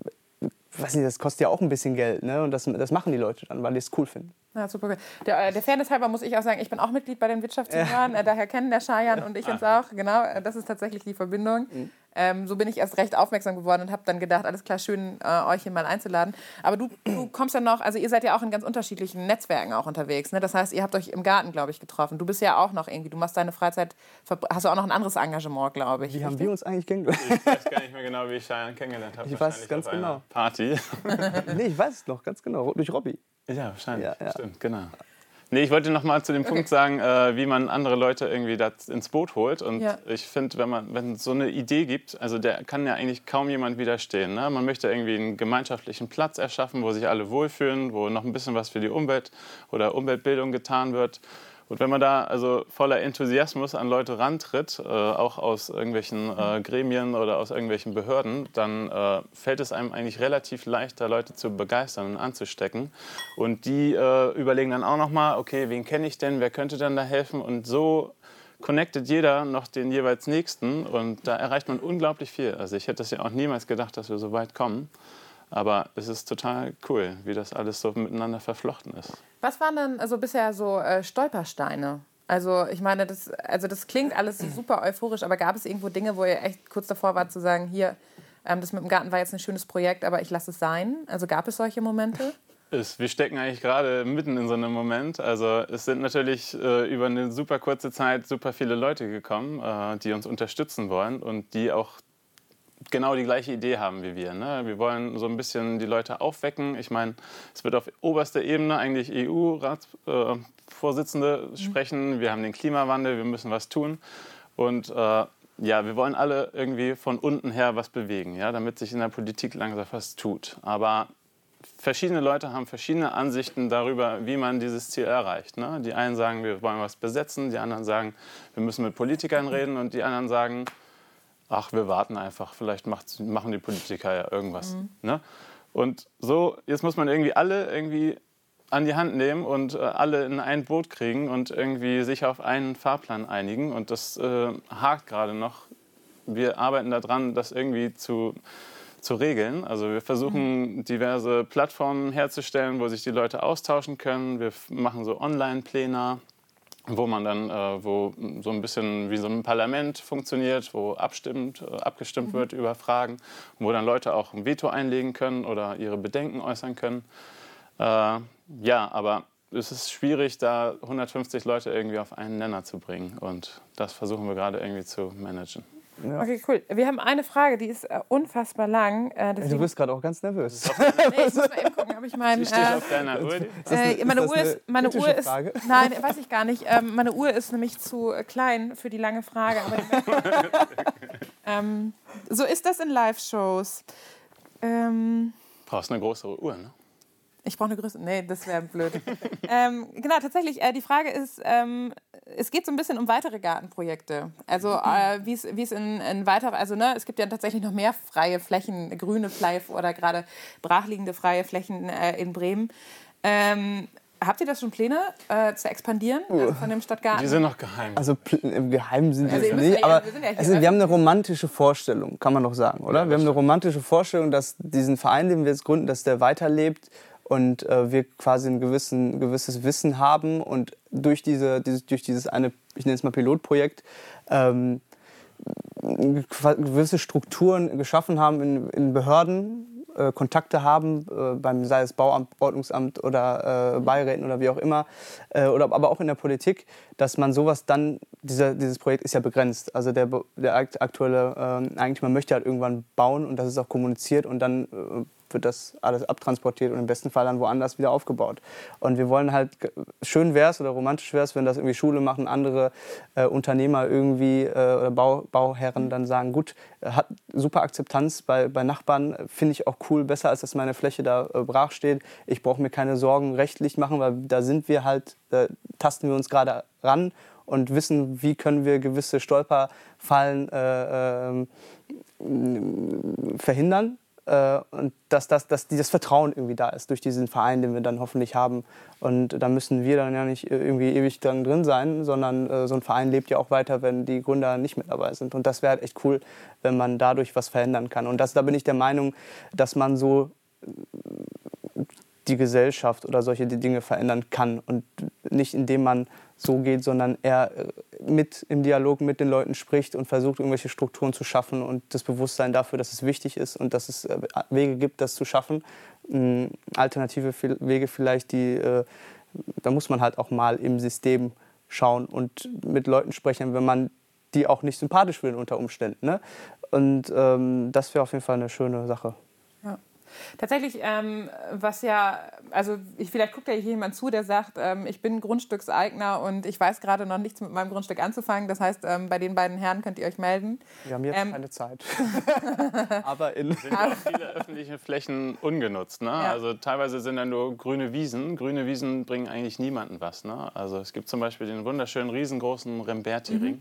weiß nicht, das kostet ja auch ein bisschen Geld, ne? Und das machen die Leute dann, weil die es cool finden. Ja, super. Der Fairness halber muss ich auch sagen, ich bin auch Mitglied bei den Wirtschaftsjunioren, daher kennen der Shayan und ich uns auch. Genau, das ist tatsächlich die Verbindung. So bin ich erst recht aufmerksam geworden und habe dann gedacht, alles klar, schön, euch hier mal einzuladen. Aber du kommst ja noch, also ihr seid ja auch in ganz unterschiedlichen Netzwerken auch unterwegs. Ne? Das heißt, ihr habt euch im Garten, glaube ich, getroffen. Du bist ja auch noch irgendwie, du machst deine Freizeit, hast du auch noch ein anderes Engagement, glaube ich. Wie haben wir uns eigentlich kennengelernt? Ich weiß gar nicht mehr genau, wie ich Shayan kennengelernt habe. Ich weiß es ganz genau. Party. Nee, ich weiß es noch, ganz genau, durch Robby. Ja, wahrscheinlich. Ja. Stimmt, genau. Nee, ich wollte noch mal zu dem Punkt sagen, wie man andere Leute irgendwie da ins Boot holt. Und ich finde, wenn es so eine Idee gibt, also der kann ja eigentlich kaum jemand widerstehen. Ne? Man möchte irgendwie einen gemeinschaftlichen Platz erschaffen, wo sich alle wohlfühlen, wo noch ein bisschen was für die Umwelt oder Umweltbildung getan wird. Und wenn man da also voller Enthusiasmus an Leute rantritt, auch aus irgendwelchen Gremien oder aus irgendwelchen Behörden, dann fällt es einem eigentlich relativ leicht, da Leute zu begeistern und anzustecken. Und die überlegen dann auch nochmal, okay, wen kenne ich denn, wer könnte denn da helfen? Und so connectet jeder noch den jeweils Nächsten und da erreicht man unglaublich viel. Also ich hätte es ja auch niemals gedacht, dass wir so weit kommen. Aber es ist total cool, wie das alles so miteinander verflochten ist. Was waren denn also bisher so Stolpersteine? Also ich meine, das klingt alles super euphorisch, aber gab es irgendwo Dinge, wo ihr echt kurz davor wart zu sagen, hier, das mit dem Garten war jetzt ein schönes Projekt, aber ich lasse es sein? Also gab es solche Momente? Wir stecken eigentlich gerade mitten in so einem Moment. Also es sind natürlich über eine super kurze Zeit super viele Leute gekommen, die uns unterstützen wollen und die auch genau die gleiche Idee haben wie wir. Ne? Wir wollen so ein bisschen die Leute aufwecken. Ich meine, es wird auf oberster Ebene eigentlich EU-Ratsvorsitzende sprechen. Wir haben den Klimawandel, wir müssen was tun. Und wir wollen alle irgendwie von unten her was bewegen, ja, damit sich in der Politik langsam was tut. Aber verschiedene Leute haben verschiedene Ansichten darüber, wie man dieses Ziel erreicht. Ne? Die einen sagen, wir wollen was besetzen, die anderen sagen, wir müssen mit Politikern reden und die anderen sagen, ach, wir warten einfach, vielleicht machen die Politiker ja irgendwas. Ne? Und so, jetzt muss man irgendwie alle an die Hand nehmen und alle in ein Boot kriegen und irgendwie sich auf einen Fahrplan einigen. Und das hakt gerade noch. Wir arbeiten daran, das irgendwie zu regeln. Also wir versuchen, diverse Plattformen herzustellen, wo sich die Leute austauschen können. Wir machen so Online-Pläne, wo man dann, wo so ein bisschen wie so ein Parlament funktioniert, wo abgestimmt wird über Fragen, wo dann Leute auch ein Veto einlegen können oder ihre Bedenken äußern können. Aber es ist schwierig, da 150 Leute irgendwie auf einen Nenner zu bringen und das versuchen wir gerade irgendwie zu managen. Ja. Okay, cool. Wir haben eine Frage, die ist unfassbar lang. Du bist gerade auch ganz nervös. Nee, ich muss mal eben gucken, ob ich meinen... Steht auf deiner Uhr? Meine Uhr ist... Nein, weiß ich gar nicht. Meine Uhr ist nämlich zu klein für die lange Frage. Aber so ist das in Live-Shows. Brauchst eine größere Uhr, ne? Ich brauche eine größere... Nee, das wäre blöd. Genau, tatsächlich, die Frage ist, es geht so ein bisschen um weitere Gartenprojekte. Also wie es in weitere... Also es gibt ja tatsächlich noch mehr freie Flächen, grüne oder gerade brachliegende freie Flächen in Bremen. Habt ihr das schon Pläne zu expandieren von dem Stadtgarten? Die sind noch geheim. Also geheim sind die nicht, aber wir haben eine romantische Vorstellung, kann man doch sagen, oder? Wir haben eine romantische Vorstellung, dass diesen Verein, den wir jetzt gründen, dass der weiterlebt und wir quasi ein gewisses Wissen haben und durch dieses eine, ich nenne es mal Pilotprojekt, gewisse Strukturen geschaffen haben in Behörden, Kontakte haben, sei es Bauamt, Ordnungsamt oder Beiräten oder wie auch immer, aber auch in der Politik, dass man sowas dann, dieses Projekt ist ja begrenzt. Also der aktuelle Eigentümer möchte halt irgendwann bauen und das ist auch kommuniziert und dann wird das alles abtransportiert und im besten Fall dann woanders wieder aufgebaut. Und wir wollen halt, schön wäre es oder romantisch wäre es, wenn das irgendwie Schule machen, andere Unternehmer irgendwie oder Bauherren dann sagen, gut, hat super Akzeptanz bei Nachbarn, finde ich auch cool, besser als dass meine Fläche da brach steht. Ich brauche mir keine Sorgen rechtlich machen, weil da sind wir halt, tasten wir uns gerade ran und wissen, wie können wir gewisse Stolperfallen verhindern. Und dass dieses Vertrauen irgendwie da ist durch diesen Verein, den wir dann hoffentlich haben. Und da müssen wir dann ja nicht irgendwie ewig drin sein, sondern so ein Verein lebt ja auch weiter, wenn die Gründer nicht mehr dabei sind. Und das wäre halt echt cool, wenn man dadurch was verändern kann. Und da bin ich der Meinung, dass man so die Gesellschaft oder solche Dinge verändern kann. Und nicht indem man so geht, sondern eher im Dialog mit den Leuten spricht und versucht, irgendwelche Strukturen zu schaffen und das Bewusstsein dafür, dass es wichtig ist und dass es Wege gibt, das zu schaffen. Alternative Wege vielleicht, da muss man halt auch mal im System schauen und mit Leuten sprechen, wenn man die auch nicht sympathisch findet unter Umständen. Ne? Und das wäre auf jeden Fall eine schöne Sache. Ja. Tatsächlich, vielleicht guckt ja hier jemand zu, der sagt, ich bin Grundstückseigner und ich weiß gerade noch nichts mit meinem Grundstück anzufangen. Das heißt, bei den beiden Herren könnt ihr euch melden. Wir haben jetzt keine Zeit. Aber sind ja auch viele öffentliche Flächen ungenutzt. Ne? Ja. Also teilweise sind da nur grüne Wiesen. Grüne Wiesen bringen eigentlich niemandem was. Ne? Also es gibt zum Beispiel den wunderschönen, riesengroßen Remberti-Ring.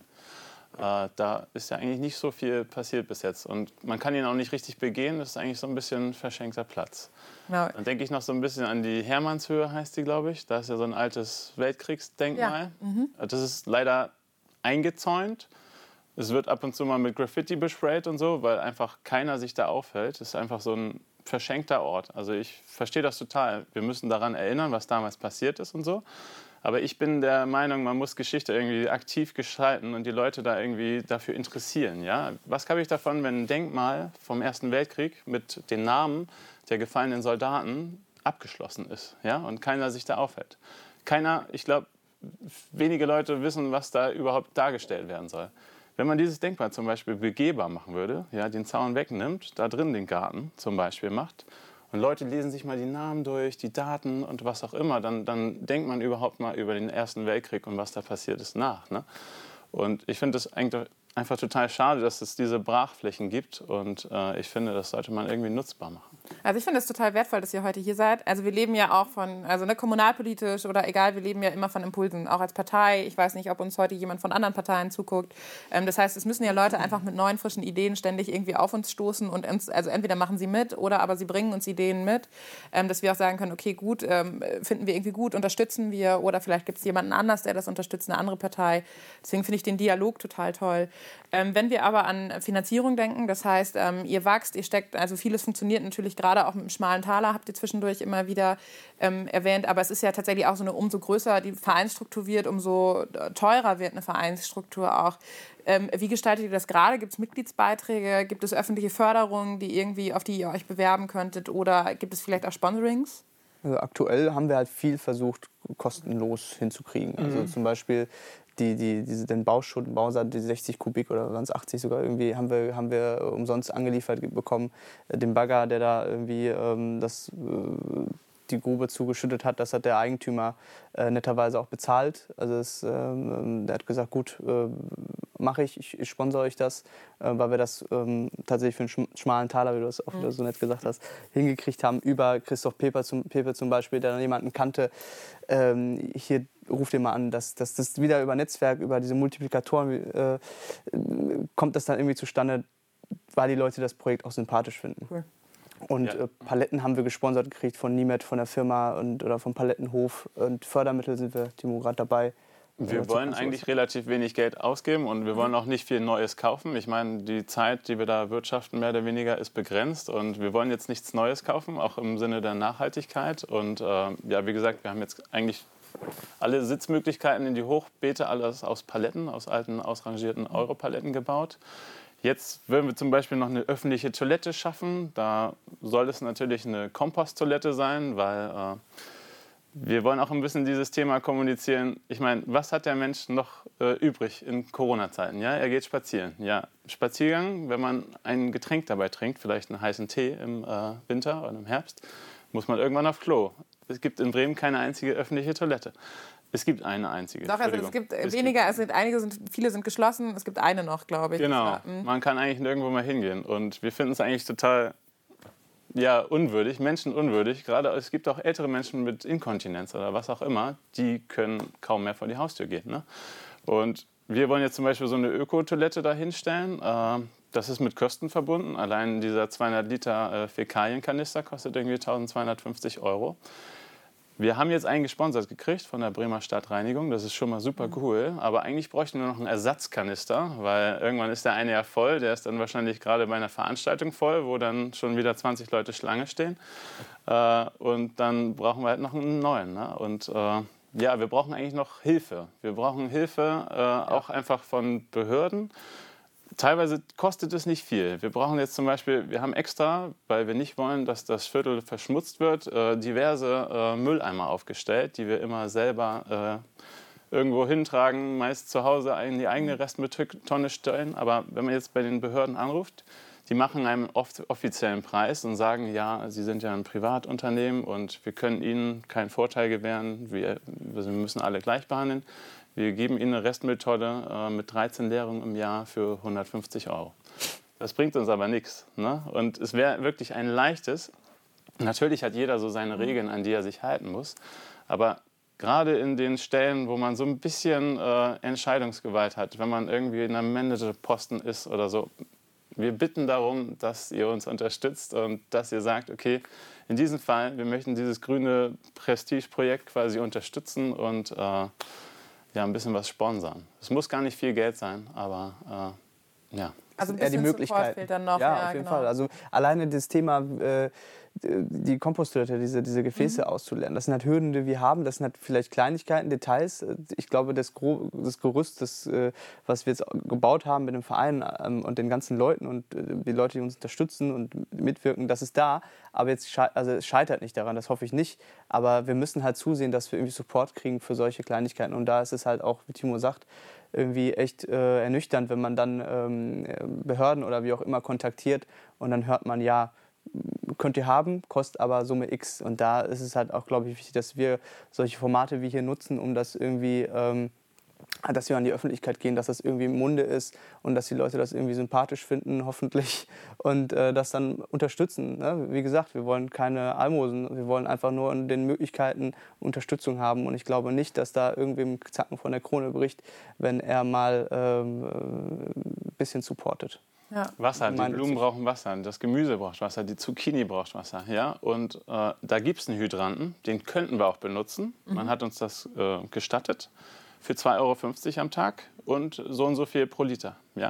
Da ist ja eigentlich nicht so viel passiert bis jetzt. Und man kann ihn auch nicht richtig begehen. Das ist eigentlich so ein bisschen verschenkter Platz. Genau. Dann denke ich noch so ein bisschen an die Hermannshöhe, heißt die, glaube ich. Da ist ja so ein altes Weltkriegsdenkmal. Ja. Das ist leider eingezäunt. Es wird ab und zu mal mit Graffiti besprayt und so, weil einfach keiner sich da aufhält. Es ist einfach so ein verschenkter Ort. Also ich verstehe das total. Wir müssen daran erinnern, was damals passiert ist und so. Aber ich bin der Meinung, man muss Geschichte irgendwie aktiv gestalten und die Leute da irgendwie dafür interessieren. Ja? Was habe ich davon, wenn ein Denkmal vom Ersten Weltkrieg mit den Namen der gefallenen Soldaten abgeschlossen ist, ja? Und keiner sich da aufhält? Ich glaube, wenige Leute wissen, was da überhaupt dargestellt werden soll. Wenn man dieses Denkmal zum Beispiel begehbar machen würde, ja, den Zaun wegnimmt, da drin den Garten zum Beispiel macht, und Leute lesen sich mal die Namen durch, die Daten und was auch immer, dann denkt man überhaupt mal über den Ersten Weltkrieg und was da passiert ist nach. Ne? Und ich finde es einfach total schade, dass es diese Brachflächen gibt. Und ich finde, das sollte man irgendwie nutzbar machen. Also ich finde es total wertvoll, dass ihr heute hier seid. Also wir leben ja auch kommunalpolitisch oder egal, wir leben ja immer von Impulsen, auch als Partei. Ich weiß nicht, ob uns heute jemand von anderen Parteien zuguckt. Das heißt, es müssen ja Leute einfach mit neuen, frischen Ideen ständig irgendwie auf uns stoßen und also entweder machen sie mit oder aber sie bringen uns Ideen mit, dass wir auch sagen können, okay, gut, finden wir irgendwie gut, unterstützen wir oder vielleicht gibt es jemanden anders, der das unterstützt, eine andere Partei. Deswegen finde ich den Dialog total toll. Wenn wir aber an Finanzierung denken, das heißt, ihr wächst, ihr steckt, also vieles funktioniert natürlich gerade auch mit dem schmalen Taler, habt ihr zwischendurch immer wieder erwähnt, aber es ist ja tatsächlich auch so umso größer die Vereinsstruktur wird, umso teurer wird eine Vereinsstruktur auch. Wie gestaltet ihr das gerade? Gibt es Mitgliedsbeiträge? Gibt es öffentliche Förderungen, auf die ihr euch bewerben könntet? Oder gibt es vielleicht auch Sponsorings? Also aktuell haben wir halt viel versucht, kostenlos hinzukriegen. Also zum Beispiel den Bauschutt, Bausatz, die 60 Kubik oder waren es 80 sogar irgendwie, haben wir umsonst angeliefert bekommen. Den Bagger, der da irgendwie die Grube zugeschüttet hat, das hat der Eigentümer netterweise auch bezahlt. Also der hat gesagt, gut, mache ich sponsere euch das, weil wir das tatsächlich für einen schmalen Taler, wie du das auch wieder so nett gesagt hast, hingekriegt haben, über Christoph Pepe zum Beispiel, der dann jemanden kannte. Hier ruft ihr mal an, dass das wieder über Netzwerk, über diese Multiplikatoren kommt das dann irgendwie zustande, weil die Leute das Projekt auch sympathisch finden. Cool. Und Paletten haben wir gesponsert gekriegt von Niemet, von der Firma oder vom Palettenhof. Und Fördermittel sind wir, Timo, gerade dabei, Wir wollen eigentlich relativ wenig Geld ausgeben und wir wollen auch nicht viel Neues kaufen. Ich meine, die Zeit, die wir da wirtschaften, mehr oder weniger ist begrenzt und wir wollen jetzt nichts Neues kaufen, auch im Sinne der Nachhaltigkeit. Und ja, wie gesagt, wir haben jetzt eigentlich alle Sitzmöglichkeiten in die Hochbeete, alles aus Paletten, aus alten, ausrangierten Europaletten gebaut. Jetzt würden wir zum Beispiel noch eine öffentliche Toilette schaffen. Da soll es natürlich eine Komposttoilette sein, weil wir wollen auch ein bisschen dieses Thema kommunizieren. Ich meine, was hat der Mensch noch übrig in Corona-Zeiten? Ja, er geht spazieren. Ja, Spaziergang, wenn man ein Getränk dabei trinkt, vielleicht einen heißen Tee im Winter oder im Herbst, muss man irgendwann auf Klo. Es gibt in Bremen keine einzige öffentliche Toilette. Es gibt eine einzige. Doch, also es gibt weniger, viele sind geschlossen, es gibt eine noch, glaube ich. Genau, man kann eigentlich nirgendwo mal hingehen. Und wir finden es eigentlich total unwürdig, menschenunwürdig. Gerade es gibt auch ältere Menschen mit Inkontinenz oder was auch immer, die können kaum mehr vor die Haustür gehen. Ne? Und wir wollen jetzt zum Beispiel so eine Öko-Toilette da hinstellen. Das ist mit Kosten verbunden. Allein dieser 200 Liter Fäkalienkanister kostet irgendwie 1.250 €. Wir haben jetzt einen gesponsert gekriegt von der Bremer Stadtreinigung. Das ist schon mal super cool. Aber eigentlich bräuchten wir noch einen Ersatzkanister, weil irgendwann ist der eine ja voll. Der ist dann wahrscheinlich gerade bei einer Veranstaltung voll, wo dann schon wieder 20 Leute Schlange stehen. Und dann brauchen wir halt noch einen neuen. Ne? Und ja, wir brauchen eigentlich noch Hilfe. Wir brauchen Hilfe auch einfach von Behörden. Teilweise kostet es nicht viel. Wir brauchen jetzt zum Beispiel, wir haben extra, weil wir nicht wollen, dass das Viertel verschmutzt wird, diverse Mülleimer aufgestellt, die wir immer selber irgendwo hintragen, meist zu Hause in die eigene Restmülltonne stellen. Aber wenn man jetzt bei den Behörden anruft, die machen einen offiziellen Preis und sagen, ja, sie sind ja ein Privatunternehmen und wir können ihnen keinen Vorteil gewähren, wir müssen alle gleich behandeln. Wir geben Ihnen eine Restmülltonne mit 13 Leerungen im Jahr für 150 €. Das bringt uns aber nichts. Ne? Und es wäre wirklich ein leichtes. Natürlich hat jeder so seine Regeln, an die er sich halten muss. Aber gerade in den Stellen, wo man so ein bisschen Entscheidungsgewalt hat, wenn man irgendwie in einem Managerposten ist oder so, wir bitten darum, dass ihr uns unterstützt und dass ihr sagt, okay, in diesem Fall, wir möchten dieses grüne Prestigeprojekt quasi unterstützen und ein bisschen was sponsern. Es muss gar nicht viel Geld sein, aber ja. Also ein bisschen die Möglichkeit fehlt dann noch. Ja, auf jeden Fall. Also alleine das Thema, die Komposttoilette, diese Gefäße auszulernen, das sind halt Hürden, die wir haben. Das sind halt vielleicht Kleinigkeiten, Details. Ich glaube, das Gerüst, was wir jetzt gebaut haben mit dem Verein und den ganzen Leuten und die Leute, die uns unterstützen und mitwirken, das ist da. Aber jetzt es scheitert nicht daran, das hoffe ich nicht. Aber wir müssen halt zusehen, dass wir irgendwie Support kriegen für solche Kleinigkeiten. Und da ist es halt auch, wie Timo sagt, irgendwie echt ernüchternd, wenn man dann Behörden oder wie auch immer kontaktiert und dann hört man, ja, könnt ihr haben, kostet aber Summe X. Und da ist es halt auch, glaube ich, wichtig, dass wir solche Formate wie hier nutzen, um das irgendwie, dass wir an die Öffentlichkeit gehen, dass das irgendwie im Munde ist und dass die Leute das irgendwie sympathisch finden, hoffentlich, und das dann unterstützen. Ne? Wie gesagt, wir wollen keine Almosen, wir wollen einfach nur in den Möglichkeiten Unterstützung haben. Und ich glaube nicht, dass da irgendwem Zacken von der Krone bricht, wenn er mal ein bisschen supportet. Ja. Wasser, die Blumen brauchen Wasser, das Gemüse braucht Wasser, die Zucchini braucht Wasser. Ja? Und da gibt es einen Hydranten, den könnten wir auch benutzen. Man hat uns das gestattet für 2,50 € am Tag und so viel pro Liter. Ja?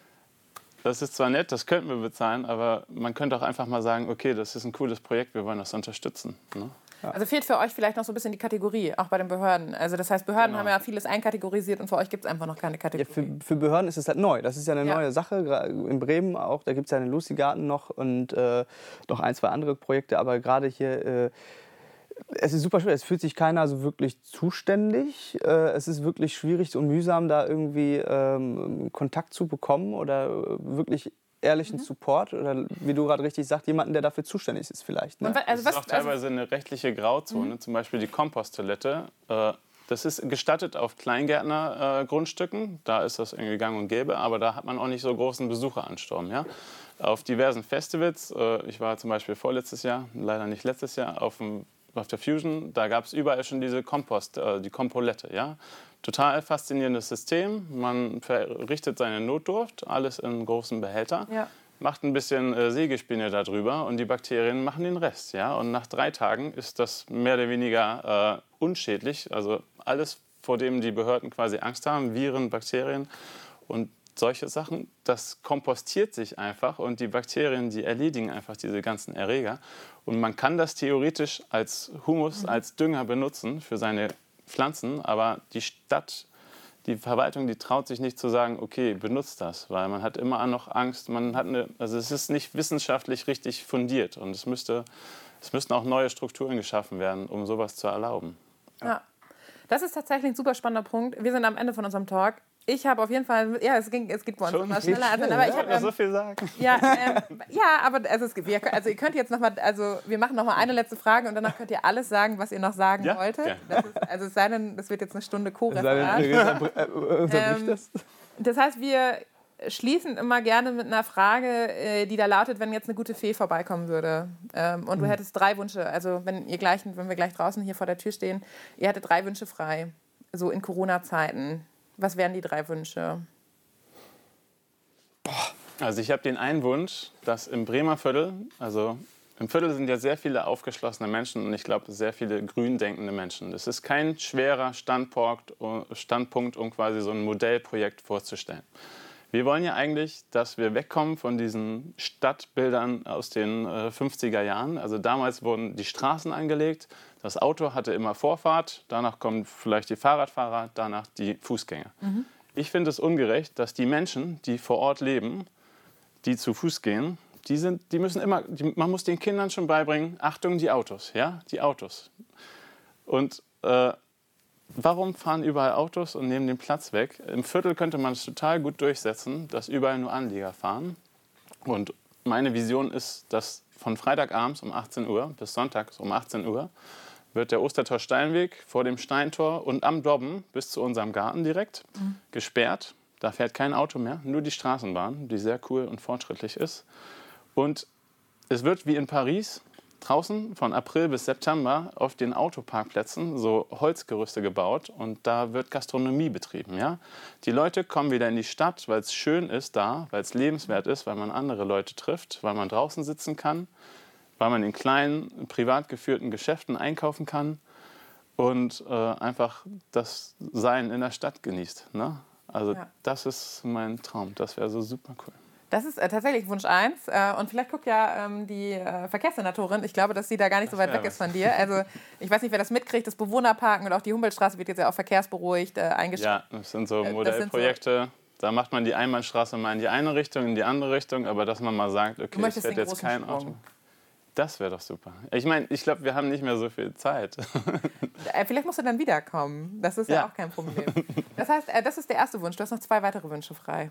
Das ist zwar nett, das könnten wir bezahlen, aber man könnte auch einfach mal sagen, okay, das ist ein cooles Projekt, wir wollen das unterstützen. Ne? Ja. Also fehlt für euch vielleicht noch so ein bisschen die Kategorie, auch bei den Behörden. Also das heißt, Behörden haben ja vieles einkategorisiert und für euch gibt es einfach noch keine Kategorie. Ja, für Behörden ist es halt neu. Das ist ja eine neue Sache. In Bremen auch, da gibt es ja den Lucy Garten noch und noch ein, zwei andere Projekte. Aber gerade hier, es ist super schwer. Es fühlt sich keiner so wirklich zuständig. Es ist wirklich schwierig und mühsam, da irgendwie Kontakt zu bekommen oder wirklich ehrlichen Support oder wie du gerade richtig sagst, jemanden, der dafür zuständig ist vielleicht. Ne? Das ist auch teilweise eine rechtliche Grauzone, zum Beispiel die Komposttoilette. Das ist gestattet auf Kleingärtnergrundstücken, da ist das irgendwie gang und gäbe, aber da hat man auch nicht so großen Besucheransturm. Ja? Auf diversen Festivals, ich war zum Beispiel vorletztes Jahr, leider nicht letztes Jahr, auf der Fusion, da gab es überall schon diese die Kompolette. Ja? Total faszinierendes System. Man verrichtet seine Notdurft, alles in großen Behälter, macht ein bisschen Sägespäne darüber und die Bakterien machen den Rest. Ja? Und nach 3 Tagen ist das mehr oder weniger unschädlich. Also alles vor dem die Behörden quasi Angst haben, Viren, Bakterien und solche Sachen. Das kompostiert sich einfach und die Bakterien, die erledigen einfach diese ganzen Erreger. Und man kann das theoretisch als Humus, als Dünger benutzen für seine Pflanzen, aber die Stadt, die Verwaltung, die traut sich nicht zu sagen, okay, benutzt das, weil man hat immer noch Angst, also es ist nicht wissenschaftlich richtig fundiert und es müssten auch neue Strukturen geschaffen werden, um sowas zu erlauben. Ja, das ist tatsächlich ein super spannender Punkt. Wir sind am Ende von unserem Talk. Ich habe auf jeden Fall, ja, es geht bei uns immer schneller. Aber ich habe so viel sagen. Ja, aber ihr könnt jetzt noch mal, also wir machen noch mal eine letzte Frage und danach könnt ihr alles sagen, was ihr noch sagen wolltet. Okay. Es sei denn, das wird jetzt eine Stunde Co-Referat. Das heißt, wir schließen immer gerne mit einer Frage, die da lautet, wenn jetzt eine gute Fee vorbeikommen würde und du hättest 3 Wünsche, also wenn wir gleich draußen hier vor der Tür stehen, ihr hättet 3 Wünsche frei, so in Corona-Zeiten. Was wären die 3 Wünsche? Also ich habe den einen Wunsch, dass im Bremer Viertel, also im Viertel sind ja sehr viele aufgeschlossene Menschen und ich glaube sehr viele grün denkende Menschen. Das ist kein schwerer Standpunkt, um quasi so ein Modellprojekt vorzustellen. Wir wollen ja eigentlich, dass wir wegkommen von diesen Stadtbildern aus den 50er Jahren. Also damals wurden die Straßen angelegt, das Auto hatte immer Vorfahrt, danach kommen vielleicht die Fahrradfahrer, danach die Fußgänger. Ich finde es ungerecht, dass die Menschen, die vor Ort leben, die zu Fuß gehen, man muss den Kindern schon beibringen, Achtung, die Autos, ja, die Autos. Und warum fahren überall Autos und nehmen den Platz weg? Im Viertel könnte man es total gut durchsetzen, dass überall nur Anlieger fahren. Und meine Vision ist, dass von Freitagabends um 18 Uhr bis sonntags um 18 Uhr wird der Ostertor-Steinweg vor dem Steintor und am Dobben bis zu unserem Garten direkt gesperrt. Da fährt kein Auto mehr, nur die Straßenbahn, die sehr cool und fortschrittlich ist. Und es wird wie in Paris draußen von April bis September auf den Autoparkplätzen so Holzgerüste gebaut und da wird Gastronomie betrieben. Ja? Die Leute kommen wieder in die Stadt, weil es schön ist da, weil es lebenswert ist, weil man andere Leute trifft, weil man draußen sitzen kann, weil man in kleinen, privat geführten Geschäften einkaufen kann und einfach das Sein in der Stadt genießt. Ne? Also das ist mein Traum, das wäre so super cool. Das ist tatsächlich Wunsch 1. Und vielleicht guckt ja die Verkehrssenatorin, ich glaube, dass sie da gar nicht so weit weg ist von dir. Also ich weiß nicht, wer das mitkriegt, das Bewohnerparken und auch die Humboldtstraße wird jetzt ja auch verkehrsberuhigt eingeschränkt. Ja, das sind so Modellprojekte. Da macht man die Einbahnstraße mal in die eine Richtung, in die andere Richtung, aber dass man mal sagt, okay, es fährt jetzt kein Auto. Das wäre doch super. Ich meine, ich glaube, wir haben nicht mehr so viel Zeit. Vielleicht musst du dann wiederkommen. Das ist ja auch kein Problem. Das heißt, das ist der erste Wunsch. Du hast noch 2 weitere Wünsche frei.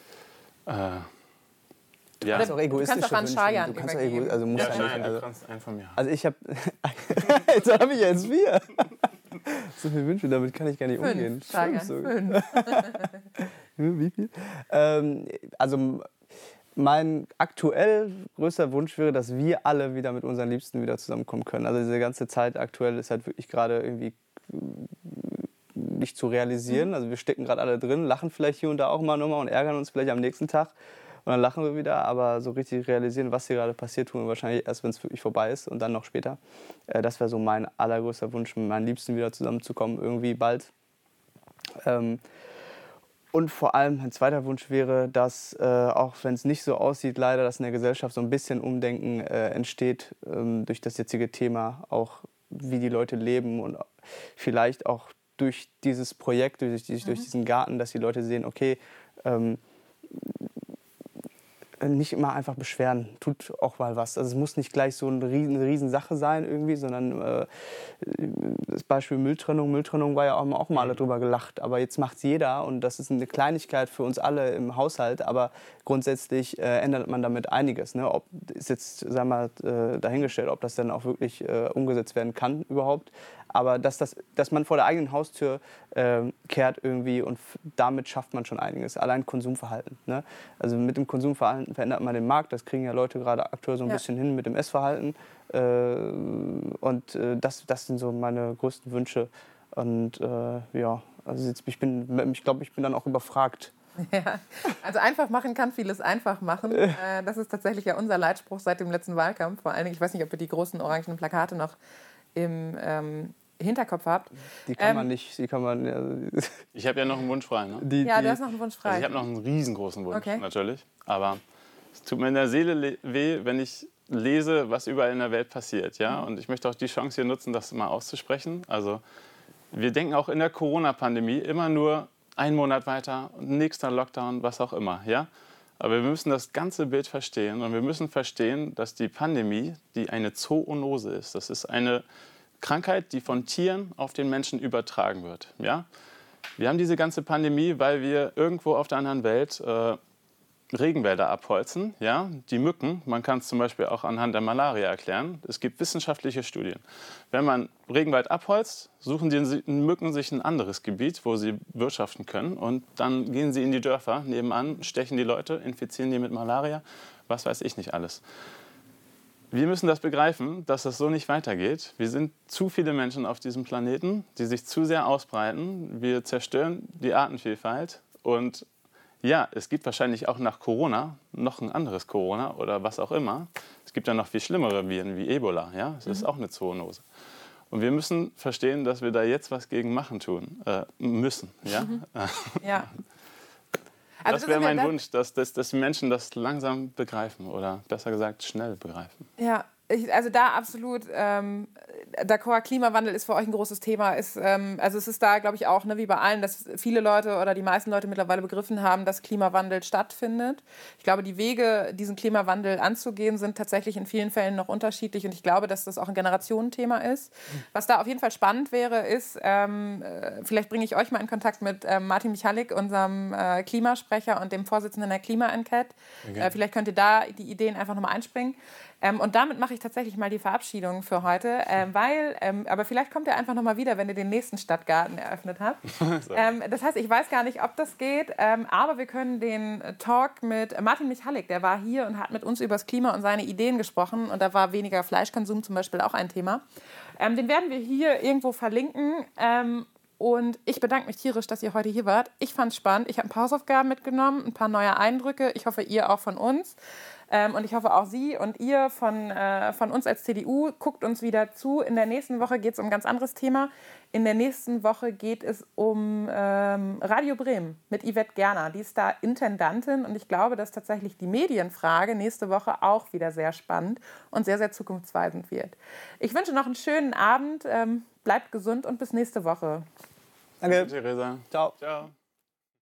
Du kannst auch egoistisch wünschen. Du kannst auch du kannst einen von mir haben. Also ich habe... Jetzt habe ich jetzt 4. So viele Wünsche, damit kann ich gar nicht umgehen. 5. Wie viel? Also mein aktuell größter Wunsch wäre, dass wir alle wieder mit unseren Liebsten wieder zusammenkommen können. Also diese ganze Zeit aktuell ist halt wirklich gerade irgendwie nicht zu realisieren. Also wir stecken gerade alle drin, lachen vielleicht hier und da auch mal nochmal und ärgern uns vielleicht am nächsten Tag. Und dann lachen wir wieder, aber so richtig realisieren, was hier gerade passiert, tun wir wahrscheinlich erst, wenn es wirklich vorbei ist und dann noch später. Das wäre so mein allergrößter Wunsch, mit meinen Liebsten wieder zusammenzukommen, irgendwie bald. Und vor allem ein zweiter Wunsch wäre, dass, auch wenn es nicht so aussieht, leider, dass in der Gesellschaft so ein bisschen Umdenken entsteht durch das jetzige Thema, auch wie die Leute leben und vielleicht auch durch dieses Projekt, durch diesen Garten, dass die Leute sehen, okay, nicht immer einfach beschweren, tut auch mal was. Also es muss nicht gleich so eine riesen Sache sein irgendwie, sondern das Beispiel Mülltrennung. Mülltrennung war ja auch mal alle drüber gelacht, aber jetzt macht es jeder und das ist eine Kleinigkeit für uns alle im Haushalt, aber grundsätzlich ändert man damit einiges. Ne? Ob ist jetzt, sagen wir mal, dahingestellt, ob das dann auch wirklich umgesetzt werden kann überhaupt. Aber dass man vor der eigenen Haustür kehrt irgendwie und damit schafft man schon einiges. Allein Konsumverhalten. Ne? Also mit dem Konsumverhalten verändert man den Markt. Das kriegen ja Leute gerade aktuell so ein bisschen hin mit dem Essverhalten. Und das sind so meine größten Wünsche. Und also jetzt, ich glaube, ich bin dann auch überfragt. Ja, also einfach machen kann vieles einfach machen. Das ist tatsächlich ja unser Leitspruch seit dem letzten Wahlkampf. Vor allen Dingen, ich weiß nicht, ob wir die großen orangen Plakate noch im Hinterkopf habt. Die kann man nicht, die kann man... Ich habe ja noch einen Wunsch frei. Ne? Du hast noch einen Wunsch frei. Also ich habe noch einen riesengroßen Wunsch, natürlich. Aber es tut mir in der Seele weh, wenn ich lese, was überall in der Welt passiert. Ja? Und ich möchte auch die Chance hier nutzen, das mal auszusprechen. Also wir denken auch in der Corona-Pandemie immer nur einen Monat weiter, nächster Lockdown, was auch immer. Ja? Aber wir müssen das ganze Bild verstehen. Und wir müssen verstehen, dass die Pandemie, die eine Zoonose ist, das ist eine Krankheit, die von Tieren auf den Menschen übertragen wird. Ja? Wir haben diese ganze Pandemie, weil wir irgendwo auf der anderen Welt Regenwälder abholzen. Ja? Die Mücken, man kann es zum Beispiel auch anhand der Malaria erklären. Es gibt wissenschaftliche Studien. Wenn man Regenwald abholzt, suchen die Mücken sich ein anderes Gebiet, wo sie wirtschaften können. Und dann gehen sie in die Dörfer nebenan, stechen die Leute, infizieren die mit Malaria, was weiß ich nicht alles. Wir müssen das begreifen, dass das so nicht weitergeht. Wir sind zu viele Menschen auf diesem Planeten, die sich zu sehr ausbreiten. Wir zerstören die Artenvielfalt. Und ja, es gibt wahrscheinlich auch nach Corona noch ein anderes Corona oder was auch immer. Es gibt ja noch viel schlimmere Viren wie Ebola. Ja? Das ist auch eine Zoonose. Und wir müssen verstehen, dass wir da jetzt was gegen machen müssen. Ja? Ja. Das wäre mein Wunsch, dass die Menschen das langsam begreifen oder besser gesagt schnell begreifen. Ja, also da absolut d'accord. Klimawandel ist für euch ein großes Thema. Also es ist da, glaube ich, auch wie bei allen, dass viele Leute oder die meisten Leute mittlerweile begriffen haben, dass Klimawandel stattfindet. Ich glaube, die Wege, diesen Klimawandel anzugehen, sind tatsächlich in vielen Fällen noch unterschiedlich. Und ich glaube, dass das auch ein Generationenthema ist. Was da auf jeden Fall spannend wäre, ist, vielleicht bringe ich euch mal in Kontakt mit Martin Michalik, unserem Klimasprecher und dem Vorsitzenden der Klima-Enquete. Okay. Vielleicht könnt ihr da die Ideen einfach nochmal einspringen. Und damit mache ich tatsächlich mal die Verabschiedung für heute, aber vielleicht kommt ihr einfach noch mal wieder, wenn ihr den nächsten Stadtgarten eröffnet habt. Das heißt, ich weiß gar nicht, ob das geht, aber wir können den Talk mit Martin Michalik, der war hier und hat mit uns über das Klima und seine Ideen gesprochen und da war weniger Fleischkonsum zum Beispiel auch ein Thema. Den werden wir hier irgendwo verlinken. Und ich bedanke mich tierisch, dass ihr heute hier wart. Ich fand es spannend. Ich habe ein paar Hausaufgaben mitgenommen, ein paar neue Eindrücke. Ich hoffe, ihr auch von uns. Und ich hoffe, auch Sie und ihr von uns als CDU guckt uns wieder zu. In der nächsten Woche geht es um ein ganz anderes Thema. In der nächsten Woche geht es um Radio Bremen mit Yvette Gerner. Die ist da Intendantin und ich glaube, dass tatsächlich die Medienfrage nächste Woche auch wieder sehr spannend und sehr, sehr zukunftsweisend wird. Ich wünsche noch einen schönen Abend. Bleibt gesund und bis nächste Woche. Danke. Theresa. Ciao. Ciao.